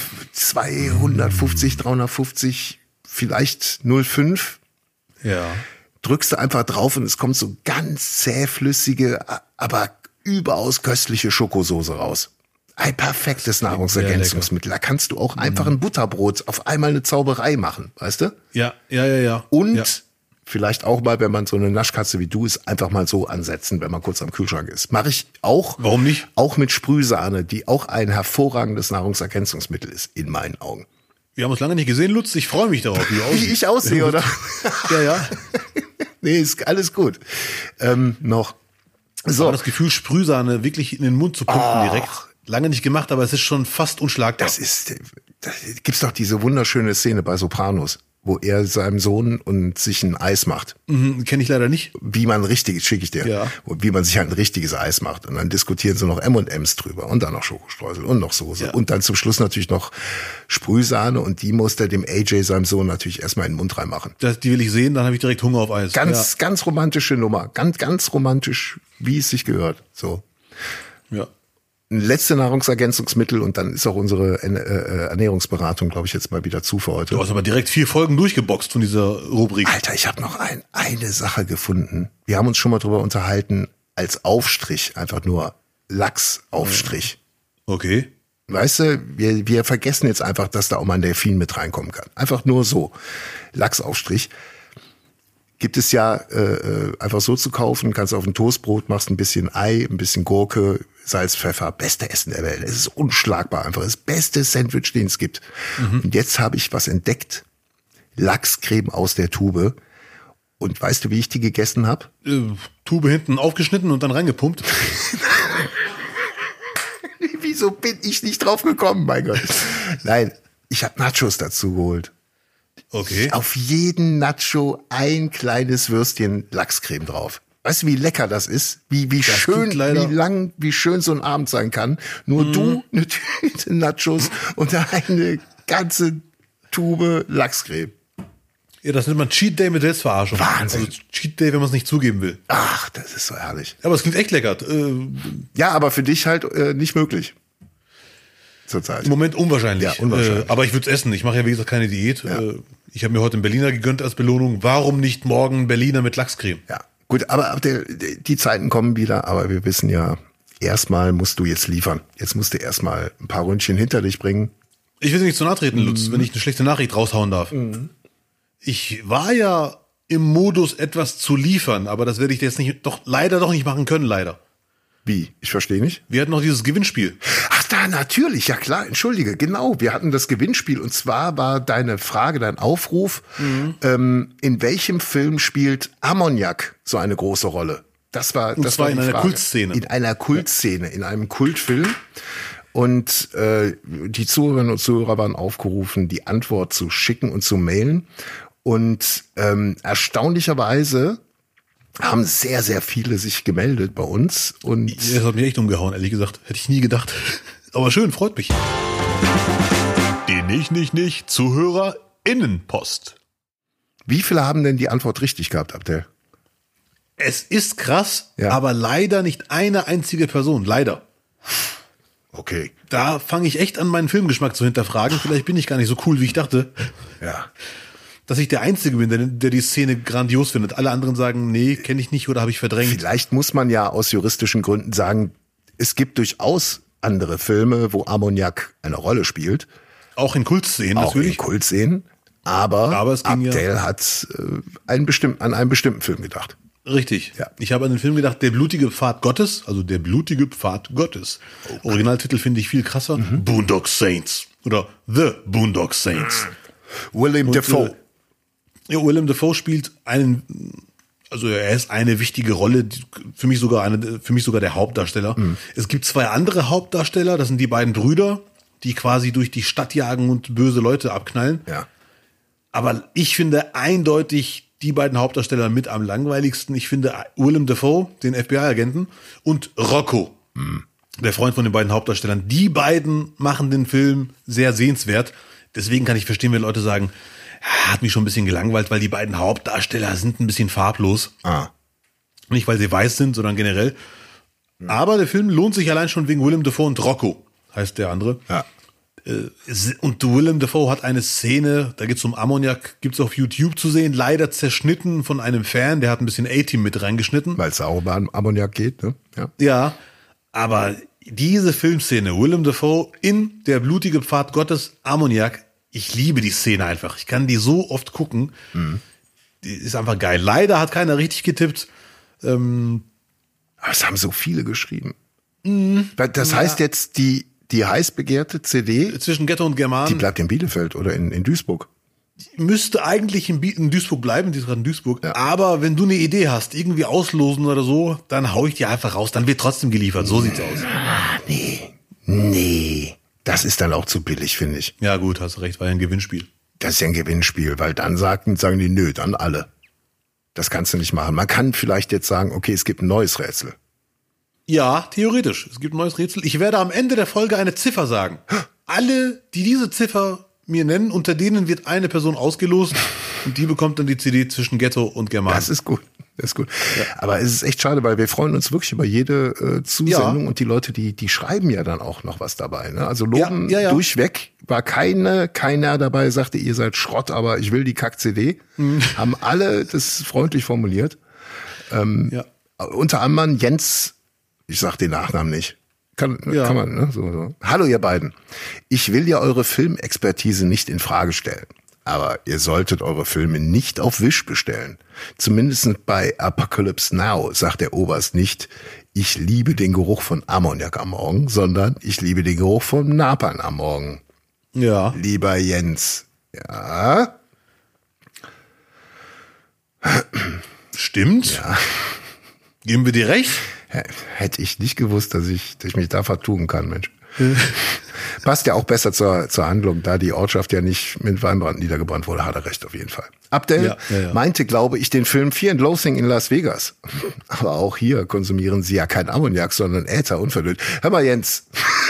zweihundertfünfzig, dreihundertfünfzig, vielleicht null Komma fünf. Ja. Drückst du einfach drauf und es kommt so ganz zähflüssige, aber überaus köstliche Schokosoße raus. Ein perfektes Nahrungsergänzungsmittel. Da kannst du auch einfach ein Butterbrot auf einmal eine Zauberei machen, weißt du? Ja, ja, ja, ja. Und ja. vielleicht auch mal, wenn man so eine Naschkatze wie du ist, einfach mal so ansetzen, wenn man kurz am Kühlschrank ist. Mache ich auch. Warum nicht? Auch mit Sprühsahne, die auch ein hervorragendes Nahrungsergänzungsmittel ist, in meinen Augen. Wir haben uns lange nicht gesehen, Lutz. Ich freue mich darauf, wie du aussiehst. Wie ich aussehe, oder? Ja, ja. Nee, ist alles gut. Ähm, noch. So. Aber das Gefühl, Sprühsahne wirklich in den Mund zu pumpen oh. direkt. Lange nicht gemacht, aber es ist schon fast unschlagbar. Das ist, da gibt's doch diese wunderschöne Szene bei Sopranos, wo er seinem Sohn und sich ein Eis macht. Mhm, kenne ich leider nicht. Wie man richtig, schicke ich dir, ja. wie man sich halt ein richtiges Eis macht. Und dann diskutieren sie noch M und M's drüber und dann noch Schokostreusel und noch Soße. Ja. Und dann zum Schluss natürlich noch Sprühsahne und die muss er dem A J, seinem Sohn, natürlich erstmal in den Mund reinmachen. Das, die will ich sehen, dann habe ich direkt Hunger auf Eis. Ganz, ja. ganz romantische Nummer. Ganz, ganz romantisch, wie es sich gehört. So. Ja. Ein letztes Nahrungsergänzungsmittel und dann ist auch unsere Ernährungsberatung, glaube ich, jetzt mal wieder zu für heute. Du hast aber direkt vier Folgen durchgeboxt von dieser Rubrik. Alter, ich habe noch ein, eine Sache gefunden. Wir haben uns schon mal drüber unterhalten, als Aufstrich, einfach nur Lachsaufstrich. Okay. Weißt du, wir, wir vergessen jetzt einfach, dass da auch mal ein Delfin mit reinkommen kann. Einfach nur so. Lachsaufstrich. Gibt es ja äh, einfach so zu kaufen, kannst auf ein Toastbrot, machst ein bisschen Ei, ein bisschen Gurke, Salz, Pfeffer, beste Essen der Welt. Es ist unschlagbar, einfach das beste Sandwich, den es gibt. Mhm. Und jetzt habe ich was entdeckt, Lachscreme aus der Tube. Und weißt du, wie ich die gegessen habe? Äh, Tube hinten aufgeschnitten und dann reingepumpt. Wieso bin ich nicht drauf gekommen, mein Gott? Nein, ich habe Nachos dazu geholt. Okay. Auf jeden Nacho ein kleines Würstchen Lachscreme drauf. Weißt du, wie lecker das ist? Wie, wie das schön, wie lang, wie schön so ein Abend sein kann. Nur mm. du, eine Tüte Nachos und eine ganze Tube Lachscreme. Ja, das nennt man Cheat Day mit Selbstverarschung. Wahnsinn. Also Cheat Day, wenn man es nicht zugeben will. Ach, das ist so herrlich. Aber es klingt echt lecker. Äh, ja, aber für dich halt äh, nicht möglich. Zurzeit. Im Moment unwahrscheinlich. Ja, unwahrscheinlich. Äh, aber ich würde es essen. Ich mache ja, wie gesagt, keine Diät. Ja. Äh, ich habe mir heute einen Berliner gegönnt als Belohnung. Warum nicht morgen Berliner mit Lachscreme? Ja, gut, aber der, die Zeiten kommen wieder. Aber wir wissen ja, erstmal musst du jetzt liefern. Jetzt musst du erstmal ein paar Ründchen hinter dich bringen. Ich will dir nicht zu nahe treten, Lutz, mm. wenn ich eine schlechte Nachricht raushauen darf. Mm. Ich war ja im Modus, etwas zu liefern, aber das werde ich jetzt nicht, doch leider doch nicht machen können, leider. Wie? Ich verstehe nicht. Wir hatten noch dieses Gewinnspiel. Ach da, natürlich, ja klar, entschuldige, genau. Wir hatten das Gewinnspiel und zwar war deine Frage, dein Aufruf, mhm. ähm, in welchem Film spielt Ammoniak so eine große Rolle? Das war, und das zwar war in einer Frage. Kultszene. In einer Kultszene, in einem Kultfilm. Und äh, die Zuhörerinnen und Zuhörer waren aufgerufen, die Antwort zu schicken und zu mailen. Und ähm, erstaunlicherweise haben sehr, sehr viele sich gemeldet bei uns. Und das hat mich echt umgehauen, ehrlich gesagt. Hätte ich nie gedacht. Aber schön, freut mich. Die nicht, nicht, nicht ZuhörerInnenpost. Wie viele haben denn die Antwort richtig gehabt, Abdel? Es ist krass, ja. aber leider nicht eine einzige Person. Leider. Okay. Da fange ich echt an, meinen Filmgeschmack zu hinterfragen. Vielleicht bin ich gar nicht so cool, wie ich dachte. Ja. Dass ich der Einzige bin, der, der die Szene grandios findet. Alle anderen sagen, nee, kenne ich nicht oder habe ich verdrängt. Vielleicht muss man ja aus juristischen Gründen sagen, es gibt durchaus andere Filme, wo Ammoniak eine Rolle spielt. Auch in Kultszenen Auch natürlich. in Kultszenen. Aber, aber es ging Abdel ja hat äh, einen bestimmten, an einen bestimmten Film gedacht. Richtig. Ja. Ich habe an den Film gedacht, Der blutige Pfad Gottes, also Der blutige Pfad Gottes. Okay. Originaltitel finde ich viel krasser. Mhm. Boondock Saints oder The Boondock Saints. William Und, Dafoe. Äh, ja, Willem Dafoe spielt einen, also er ist eine wichtige Rolle, für mich sogar eine, für mich sogar der Hauptdarsteller. Mhm. Es gibt zwei andere Hauptdarsteller, das sind die beiden Brüder, die quasi durch die Stadt jagen und böse Leute abknallen. Ja. Aber ich finde eindeutig die beiden Hauptdarsteller mit am langweiligsten. Ich finde Willem Dafoe, den F B I-Agenten, und Rocco, mhm. der Freund von den beiden Hauptdarstellern. Die beiden machen den Film sehr sehenswert. Deswegen kann ich verstehen, wenn Leute sagen, hat mich schon ein bisschen gelangweilt, weil die beiden Hauptdarsteller sind ein bisschen farblos. Ah. Nicht, weil sie weiß sind, sondern generell. Aber der Film lohnt sich allein schon wegen Willem Dafoe und Rocco, heißt der andere. Ja. Und Willem Dafoe hat eine Szene, da geht's um Ammoniak, gibt's auf YouTube zu sehen, leider zerschnitten von einem Fan, der hat ein bisschen A-Team mit reingeschnitten. Weil es auch über Ammoniak geht, ne? Ja. Ja, aber diese Filmszene, Willem Dafoe in Der blutige Pfad Gottes, Ammoniak, ich liebe die Szene einfach. Ich kann die so oft gucken. Mhm. Die ist einfach geil. Leider hat keiner richtig getippt. Ähm, aber es haben so viele geschrieben. Mhm. Das heißt ja. jetzt, die Die heiß begehrte C D zwischen Ghetto und German. Die bleibt in Bielefeld oder in, in Duisburg. Die müsste eigentlich in, in Duisburg bleiben, die ist gerade in Duisburg. Ja. Aber wenn du eine Idee hast, irgendwie auslosen oder so, dann hau ich die einfach raus. Dann wird trotzdem geliefert. So sieht's aus. Ah, nee. Nee. Das ist dann auch zu billig, finde ich. Ja gut, hast recht, war ja ein Gewinnspiel. Das ist ja ein Gewinnspiel, weil dann sagten, sagen die, nö, dann alle. Das kannst du nicht machen. Man kann vielleicht jetzt sagen, okay, es gibt ein neues Rätsel. Ja, theoretisch. Es gibt ein neues Rätsel. Ich werde am Ende der Folge eine Ziffer sagen. Alle, die diese Ziffer mir nennen, unter denen wird eine Person ausgelost und die bekommt dann die C D zwischen Ghetto und German. Das ist gut. Das ist gut. Ja. Aber es ist echt schade, weil wir freuen uns wirklich über jede äh, Zusendung ja. und die Leute, die die schreiben ja dann auch noch was dabei. Ne? Also loben ja, ja, ja. durchweg. War keine, keiner dabei, sagte, ihr seid Schrott, aber ich will die Kack-C D. Mhm. Haben alle das freundlich formuliert. Ähm, ja. Unter anderem Jens. Ich sag den Nachnamen nicht. Kann, ja. kann man, ne? So, so. Hallo, ihr beiden. Ich will ja eure Filmexpertise nicht in Frage stellen. Aber ihr solltet eure Filme nicht auf Wish bestellen. Zumindest bei Apocalypse Now sagt der Oberst nicht, ich liebe den Geruch von Ammoniak am Morgen, sondern ich liebe den Geruch von Napalm am Morgen. Ja. Lieber Jens. Ja. Stimmt. Ja. Geben wir dir recht? Hätte ich nicht gewusst, dass ich, dass ich mich da vertun kann, Mensch. Passt ja auch besser zur, zur Handlung, da die Ortschaft ja nicht mit Weinbrand niedergebrannt wurde, hat er recht auf jeden Fall. Abdel ja, ja, ja. meinte, glaube ich, den Film Fear and Loathing in Las Vegas. Aber auch hier konsumieren sie ja kein Ammoniak, sondern Äther unverdünnt. Hör mal, Jens.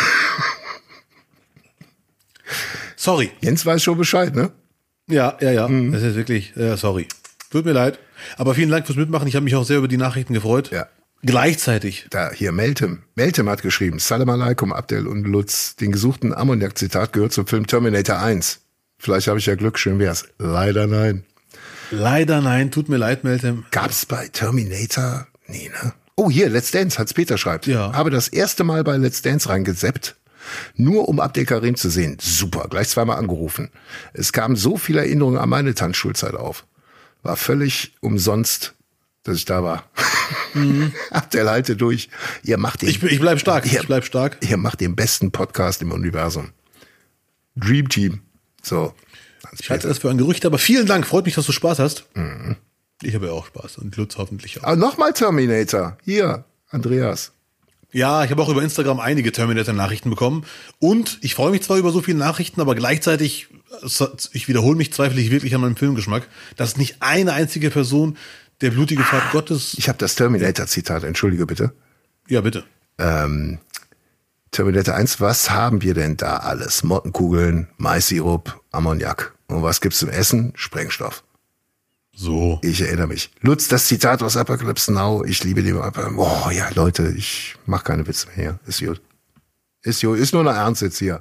Sorry. Jens weiß schon Bescheid, ne? Ja, ja, ja. Mhm. Das ist wirklich, äh, sorry. Tut mir leid. Aber vielen Dank fürs Mitmachen. Ich habe mich auch sehr über die Nachrichten gefreut. Ja. Gleichzeitig. Da, hier, Meltem. Meltem hat geschrieben, Salam alaikum, Abdel und Lutz. Den gesuchten Ammoniak-Zitat gehört zum Film Terminator eins. Vielleicht habe ich ja Glück, schön wär's. Leider nein. Leider nein, tut mir leid, Meltem. Gab's bei Terminator? Nee, ne? Oh, hier, Let's Dance, Hans Peter schreibt. Ja. Habe das erste Mal bei Let's Dance reingeseppt, nur um Abdel Karim zu sehen. Super, gleich zweimal angerufen. Es kamen so viele Erinnerungen an meine Tanzschulzeit auf. War völlig umsonst, dass ich da war. Mhm. Abdel, halte durch. Ihr macht den, ich, ich bleib stark. Ihr, ich bleib stark. Ihr macht den besten Podcast im Universum. Dream Team. So. Ich halte das für ein Gerücht, aber vielen Dank. Freut mich, dass du Spaß hast. Mhm. Ich habe ja auch Spaß und Lutz hoffentlich auch. Aber nochmal Terminator. Hier, Andreas. Ja, ich habe auch über Instagram einige Terminator-Nachrichten bekommen. Und ich freue mich zwar über so viele Nachrichten, aber gleichzeitig, ich wiederhole mich, zweifle ich wirklich an meinem Filmgeschmack, dass nicht eine einzige Person der blutige Pfad Gottes... Ich habe das Terminator-Zitat, entschuldige bitte. Ja, bitte. Ähm, Terminator eins, was haben wir denn da alles? Mottenkugeln, Maissirup, Ammoniak. Und was gibt's zum Essen? Sprengstoff. So. Ich erinnere mich. Lutz, das Zitat aus Apocalypse Now, ich liebe den. Oh ja, Leute, ich mach keine Witze mehr hier. Ist gut. Ist gut. Ist nur noch ernst jetzt hier.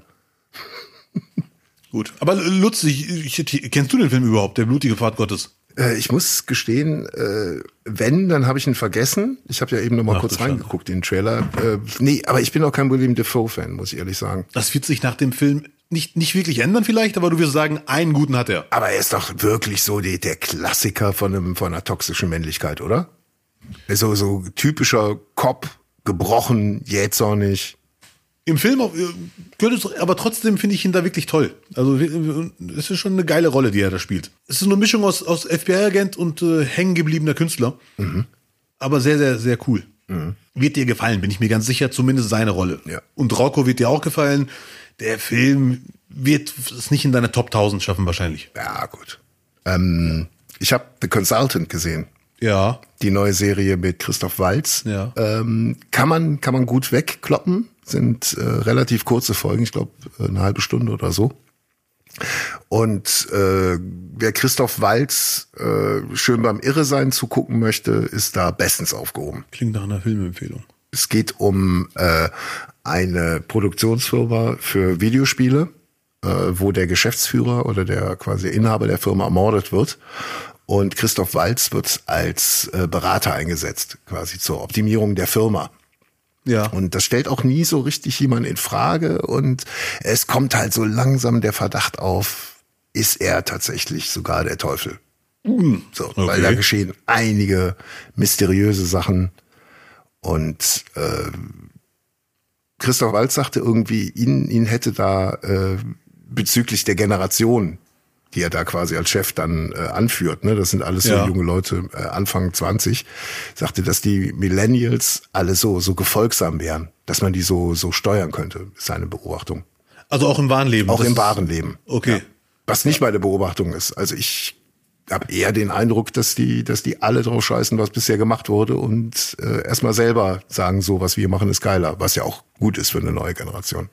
Gut. Aber Lutz, ich, ich, kennst du den Film überhaupt, der blutige Pfad Gottes? Äh, ich muss gestehen, äh, wenn, dann habe ich ihn vergessen. Ich habe ja eben noch mal Ach, kurz reingeguckt in den Trailer. Äh, nee, aber ich bin auch kein William Dafoe-Fan, muss ich ehrlich sagen. Das wird sich nach dem Film nicht, nicht wirklich ändern vielleicht, aber du wirst sagen, einen guten hat er. Aber er ist doch wirklich so die, der Klassiker von, einem, von einer toxischen Männlichkeit, oder? So, so typischer Cop, gebrochen, jähzornig. Im Film, aber trotzdem finde ich ihn da wirklich toll. Also es ist schon eine geile Rolle, die er da spielt. Es ist eine Mischung aus, aus F B I-Agent und äh, hängengebliebener Künstler. Mhm. Aber sehr, sehr, sehr cool. Mhm. Wird dir gefallen, bin ich mir ganz sicher, zumindest seine Rolle. Ja. Und Rocco wird dir auch gefallen. der Film wird es nicht in deine Top tausend schaffen wahrscheinlich. Ja, gut. Ähm, ich habe The Consultant gesehen. Ja. Die neue Serie mit Christoph Waltz. Ja. Ähm, kann man kann man gut wegkloppen. Sind äh, relativ kurze Folgen, ich glaube eine halbe Stunde oder so. Und äh, wer Christoph Waltz äh, schön beim Irresein zugucken möchte, ist da bestens aufgehoben. Klingt nach einer Filmempfehlung. Es geht um äh, eine Produktionsfirma für Videospiele, äh, wo der Geschäftsführer oder der quasi Inhaber der Firma ermordet wird. Und Christoph Waltz wird als äh, Berater eingesetzt, quasi zur Optimierung der Firma. Ja. Und das stellt auch nie so richtig jemand in Frage. Und es kommt halt so langsam der Verdacht auf, ist er tatsächlich sogar der Teufel? Mm, so, okay. Weil da geschehen einige mysteriöse Sachen. Und äh, Christoph Waltz sagte irgendwie, ihn, ihn hätte da äh, bezüglich der Generation, die er da quasi als Chef dann äh, anführt, ne, das sind alles so ja. junge Leute, äh, Anfang zwanzig, sagte, dass die Millennials alle so so gefolgsam wären, dass man die so so steuern könnte, ist seine Beobachtung. Also auch im wahren Leben? Auch im wahren Leben. Okay. Ja. Was nicht meine Beobachtung ist. Also ich habe eher den Eindruck, dass die dass die alle drauf scheißen, was bisher gemacht wurde und äh, erstmal selber sagen, so was wir machen ist geiler, was ja auch gut ist für eine neue Generation.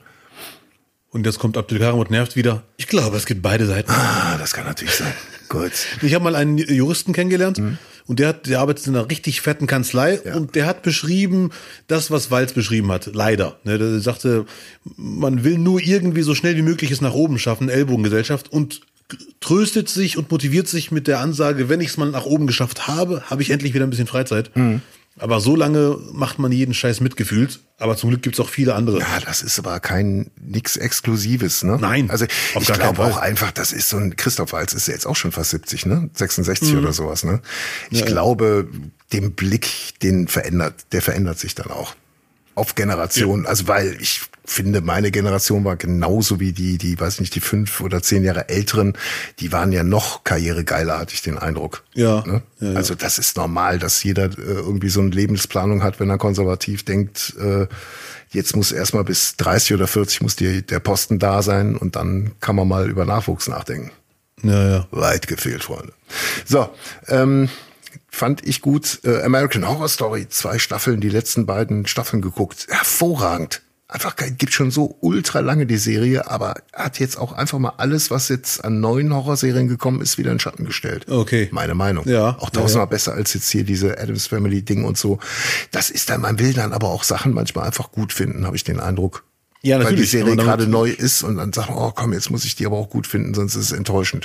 Und jetzt kommt Abdelkarim und nervt wieder. Ich glaube, es gibt beide Seiten. Ah, das kann natürlich sein. Gut. Ich habe mal einen Juristen kennengelernt mhm. und der hat, der arbeitet in einer richtig fetten Kanzlei ja. und der hat beschrieben, das, was Waltz beschrieben hat. Leider. Ne, der sagte, man will nur irgendwie so schnell wie möglich es nach oben schaffen, Ellbogengesellschaft, und tröstet sich und motiviert sich mit der Ansage, wenn ich es mal nach oben geschafft habe, habe ich endlich wieder ein bisschen Freizeit. Mhm. Aber so lange macht man jeden Scheiß mitgefühlt. Aber zum Glück gibt's auch viele andere. Ja, das ist aber kein nix Exklusives, ne? Nein. Also ich glaube auch einfach, das ist so ein, Christoph Waltz ist jetzt auch schon fast siebzig, ne? sechsundsechzig mhm. oder sowas, ne? Ich ja, glaube, ja. den Blick, den verändert, der verändert sich dann auch. Auf Generationen. Ja. Also weil ich finde, meine Generation war genauso wie die, die, weiß ich nicht, die fünf oder zehn Jahre älteren, die waren ja noch karrieregeiler, hatte ich den Eindruck. Ja. Ne? ja also das ist normal, dass jeder äh, irgendwie so eine Lebensplanung hat, wenn er konservativ denkt, äh, jetzt muss erstmal bis dreißig oder vierzig muss die, der Posten da sein und dann kann man mal über Nachwuchs nachdenken. Ja, ja. Weit gefehlt, Freunde. So, ähm, fand ich gut. Äh, American Horror Story, zwei Staffeln, die letzten beiden Staffeln geguckt. Hervorragend. Einfach, gibt schon so ultra lange die Serie, aber hat jetzt auch einfach mal alles, was jetzt an neuen Horrorserien gekommen ist, wieder in Schatten gestellt. Okay. Meine Meinung. Ja. Auch tausendmal ja, ja. besser als jetzt hier diese Addams Family Ding und so. Das ist dann, man will dann aber auch Sachen manchmal einfach gut finden, habe ich den Eindruck. Ja, natürlich. Weil die Serie gerade neu ist und dann sagt man, oh komm, jetzt muss ich die aber auch gut finden, sonst ist es enttäuschend.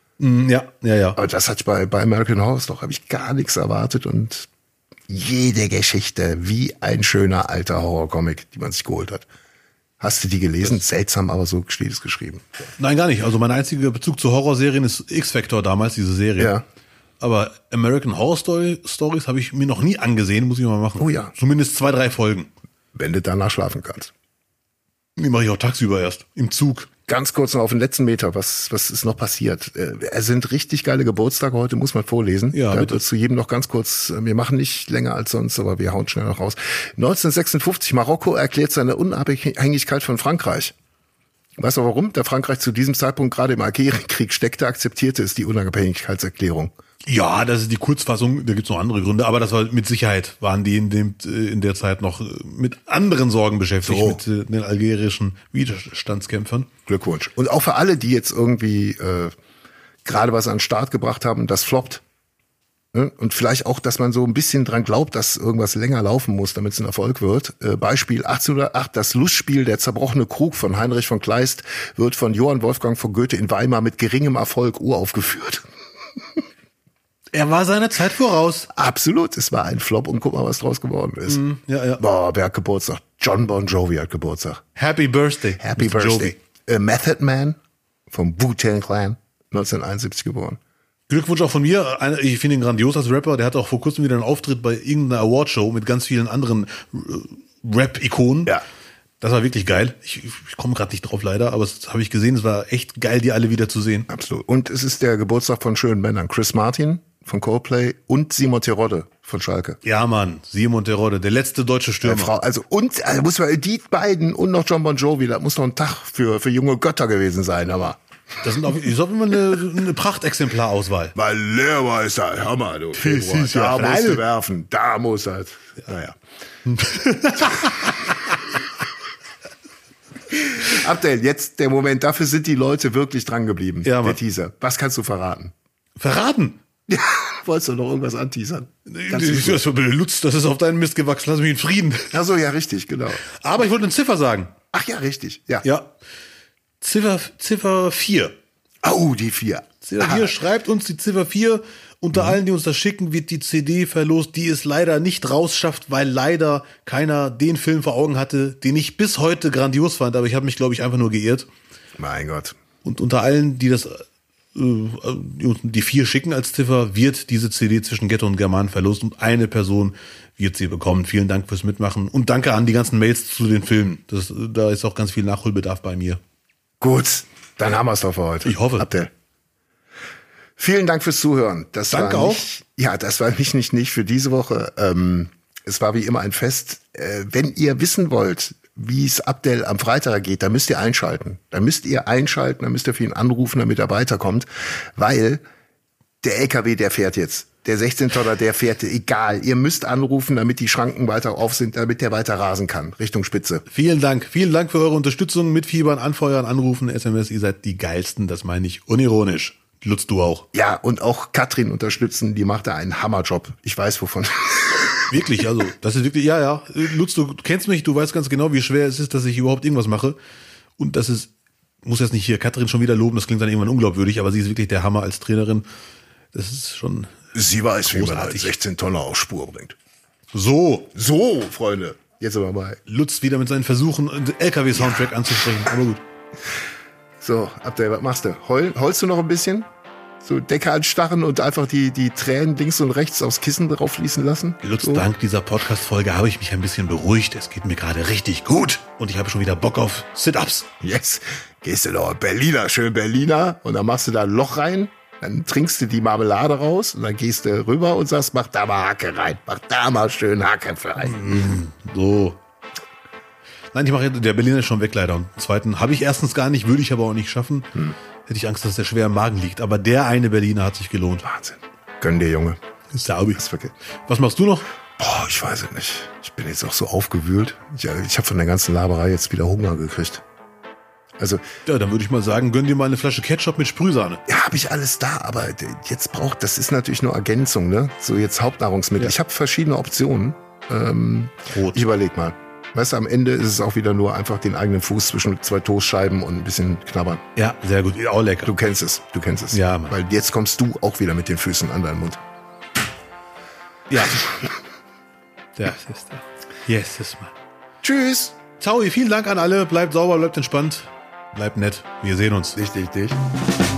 Ja, ja, ja. Aber das hatte ich bei, bei American Horror Story, habe ich gar nichts erwartet und jede Geschichte wie ein schöner alter Horrorcomic, die man sich geholt hat. Hast du die gelesen? Das Seltsam, aber so steht es geschrieben. Nein, gar nicht. Also mein einziger Bezug zu Horrorserien ist X-Factor damals, diese Serie. Ja. Aber American Horror Story, Stories habe ich mir noch nie angesehen, muss ich mal machen. Oh ja. Zumindest zwei, drei Folgen. Wenn du danach schlafen kannst. Die mache ich auch tagsüber erst, im Zug. Ganz kurz noch auf den letzten Meter, was was ist noch passiert? Äh, es sind richtig geile Geburtstage heute, muss man vorlesen. Ja, da bitte. zu jedem noch ganz kurz, wir machen nicht länger als sonst, aber wir hauen schnell noch raus. neunzehnhundertsechsundfünfzig, Marokko erklärt seine Unabhängigkeit von Frankreich. Weißt du warum? Da Frankreich zu diesem Zeitpunkt gerade im Algerienkrieg steckte, akzeptierte es die Unabhängigkeitserklärung. Ja, das ist die Kurzfassung, da gibt's noch andere Gründe, aber das war mit Sicherheit, waren die in dem in der Zeit noch mit anderen Sorgen beschäftigt, so. mit äh, den algerischen Widerstandskämpfern. Glückwunsch. Und auch für alle, die jetzt irgendwie äh, gerade was an den Start gebracht haben, das floppt. Ne? Und vielleicht auch, dass man so ein bisschen dran glaubt, dass irgendwas länger laufen muss, damit es ein Erfolg wird. Äh, Beispiel achtzehnhundertacht, das Lustspiel Der zerbrochene Krug von Heinrich von Kleist wird von Johann Wolfgang von Goethe in Weimar mit geringem Erfolg uraufgeführt. Er war seiner Zeit voraus. Absolut, es war ein Flop und guck mal, was draus geworden ist. Mm, ja, ja. Boah, wer hat Geburtstag? John Bon Jovi hat Geburtstag. Happy Birthday. Happy Mister Birthday. Äh, Method Man vom Wu-Tang Clan, neunzehnhunderteinundsiebzig geboren. Glückwunsch auch von mir. Ich finde ihn grandios als Rapper. Der hat auch vor kurzem wieder einen Auftritt bei irgendeiner Awardshow mit ganz vielen anderen Rap-Ikonen. Ja. Das war wirklich geil. Ich, ich komme gerade nicht drauf leider, aber das habe ich gesehen. Es war echt geil, die alle wieder zu sehen. Absolut. Und es ist der Geburtstag von schönen Männern. Chris Martin von Coldplay und Simon Terodde von Schalke. Ja, Mann, Simon Terodde, der letzte deutsche Stürmer. Frau, also und also muss man die beiden und noch John Bon Jovi, das muss noch ein Tag für für junge Götter gewesen sein, aber Das sind auch, ich sag immer eine, eine Prachtexemplarauswahl. weil Lehrer ist halt Hammer, du. Februar, ist ja da musst Freilich. du werfen, da muss halt. Naja. Abdel, jetzt der Moment, dafür sind die Leute wirklich dran geblieben. Ja, Mann. der Teaser. Was kannst du verraten? Verraten? Ja, wolltest du noch irgendwas anteasern? Ganz Ich, das, Lutz, das ist auf deinen Mist gewachsen, lass mich in Frieden. Ach so, ja, richtig, genau. Aber ich wollte eine Ziffer sagen. Ach ja, richtig, ja. Ja. Ziffer, Ziffer vier. Oh, die vier. Ziffer vier, schreibt uns die Ziffer vier. Unter allen, die uns das schicken, wird die C D verlost, die es leider nicht rausschafft, weil leider keiner den Film vor Augen hatte, den ich bis heute grandios fand. Aber ich habe mich, glaube ich, einfach nur geirrt. Mein Gott. Und unter allen, die das, äh, die uns die vier schicken als Ziffer, wird diese C D zwischen Ghetto und German verlost und eine Person wird sie bekommen. Vielen Dank fürs Mitmachen und danke an die ganzen Mails zu den Filmen. Das, da ist auch ganz viel Nachholbedarf bei mir. Gut, dann haben wir es doch für heute. Ich hoffe. Abdel. Vielen Dank fürs Zuhören. Das Danke war auch. nicht, ja, das war mich nicht, nicht für diese Woche. Ähm, es war wie immer ein Fest. Äh, wenn ihr wissen wollt, wie es Abdel am Freitag geht, dann müsst ihr einschalten. Dann müsst ihr einschalten, dann müsst ihr für ihn anrufen, damit er weiterkommt. Weil der L K W, der fährt jetzt. Der sechzehn Tonner, der fährt, egal. Ihr müsst anrufen, damit die Schranken weiter auf sind, damit der weiter rasen kann. Richtung Spitze. Vielen Dank. Vielen Dank für eure Unterstützung. Mitfiebern, anfeuern, anrufen, S M S. Ihr seid die Geilsten. Das meine ich unironisch. Lutz, du auch. Ja, und auch Katrin unterstützen, die macht da einen Hammerjob. Ich weiß wovon. Wirklich, also, das ist wirklich, ja, ja. Lutz, du kennst mich, du weißt ganz genau, wie schwer es ist, dass ich überhaupt irgendwas mache. Und das ist, muss jetzt nicht hier Katrin schon wieder loben, das klingt dann irgendwann unglaubwürdig, aber sie ist wirklich der Hammer als Trainerin. Das ist schon Sie weiß, wie man großartig. halt sechzehn Tonner auf Spur bringt. So. So, Freunde. Jetzt aber mal. Lutz wieder mit seinen Versuchen, einen L K W-Soundtrack ja. anzusprechen, aber gut. So, Abdel, was machst du? Heul, heulst du noch ein bisschen? So Decke anstarren und einfach die, die Tränen links und rechts aufs Kissen drauf fließen lassen? Lutz, so. dank dieser Podcast-Folge habe ich mich ein bisschen beruhigt. Es geht mir gerade richtig gut. Und ich habe schon wieder Bock auf Sit-Ups. Yes. Gehst du doch Berliner, schön Berliner. Und dann machst du da ein Loch rein. Dann trinkst du die Marmelade raus. Und dann gehst du rüber und sagst, mach da mal Hacke rein. Mach da mal schön Hacke rein. So. Nein, ich mache der Berliner ist schon weg leider. Und zweiten habe ich erstens gar nicht, würde ich aber auch nicht schaffen. Hm. Hätte ich Angst, dass der schwer im Magen liegt. Aber der eine Berliner hat sich gelohnt. Wahnsinn. Gönn dir, Junge. Saubi. Das ist wirklich- Was machst du noch? Boah, ich weiß es nicht. Ich bin jetzt auch so aufgewühlt. Ich, ich habe von der ganzen Laberei jetzt wieder Hunger gekriegt. Also, Ja, dann würde ich mal sagen, gönn dir mal eine Flasche Ketchup mit Sprühsahne. ja, habe ich alles da, aber jetzt braucht, das ist natürlich nur Ergänzung, ne? So jetzt Hauptnahrungsmittel. Ja. Ich habe verschiedene Optionen. Ähm, Brot. ich überleg mal. Weißt du, am Ende ist es auch wieder nur einfach den eigenen Fuß zwischen zwei Toastscheiben und ein bisschen knabbern. Ja, sehr gut. Auch lecker. Du kennst es, du kennst es. Ja, Mann. Weil jetzt kommst du auch wieder mit den Füßen an deinen Mund. Ja. Das ist er. Yes, das Mann. Tschüss. Ciao, vielen Dank an alle. Bleibt sauber, bleibt entspannt. Bleibt nett. Wir sehen uns. Dich, dich, dich.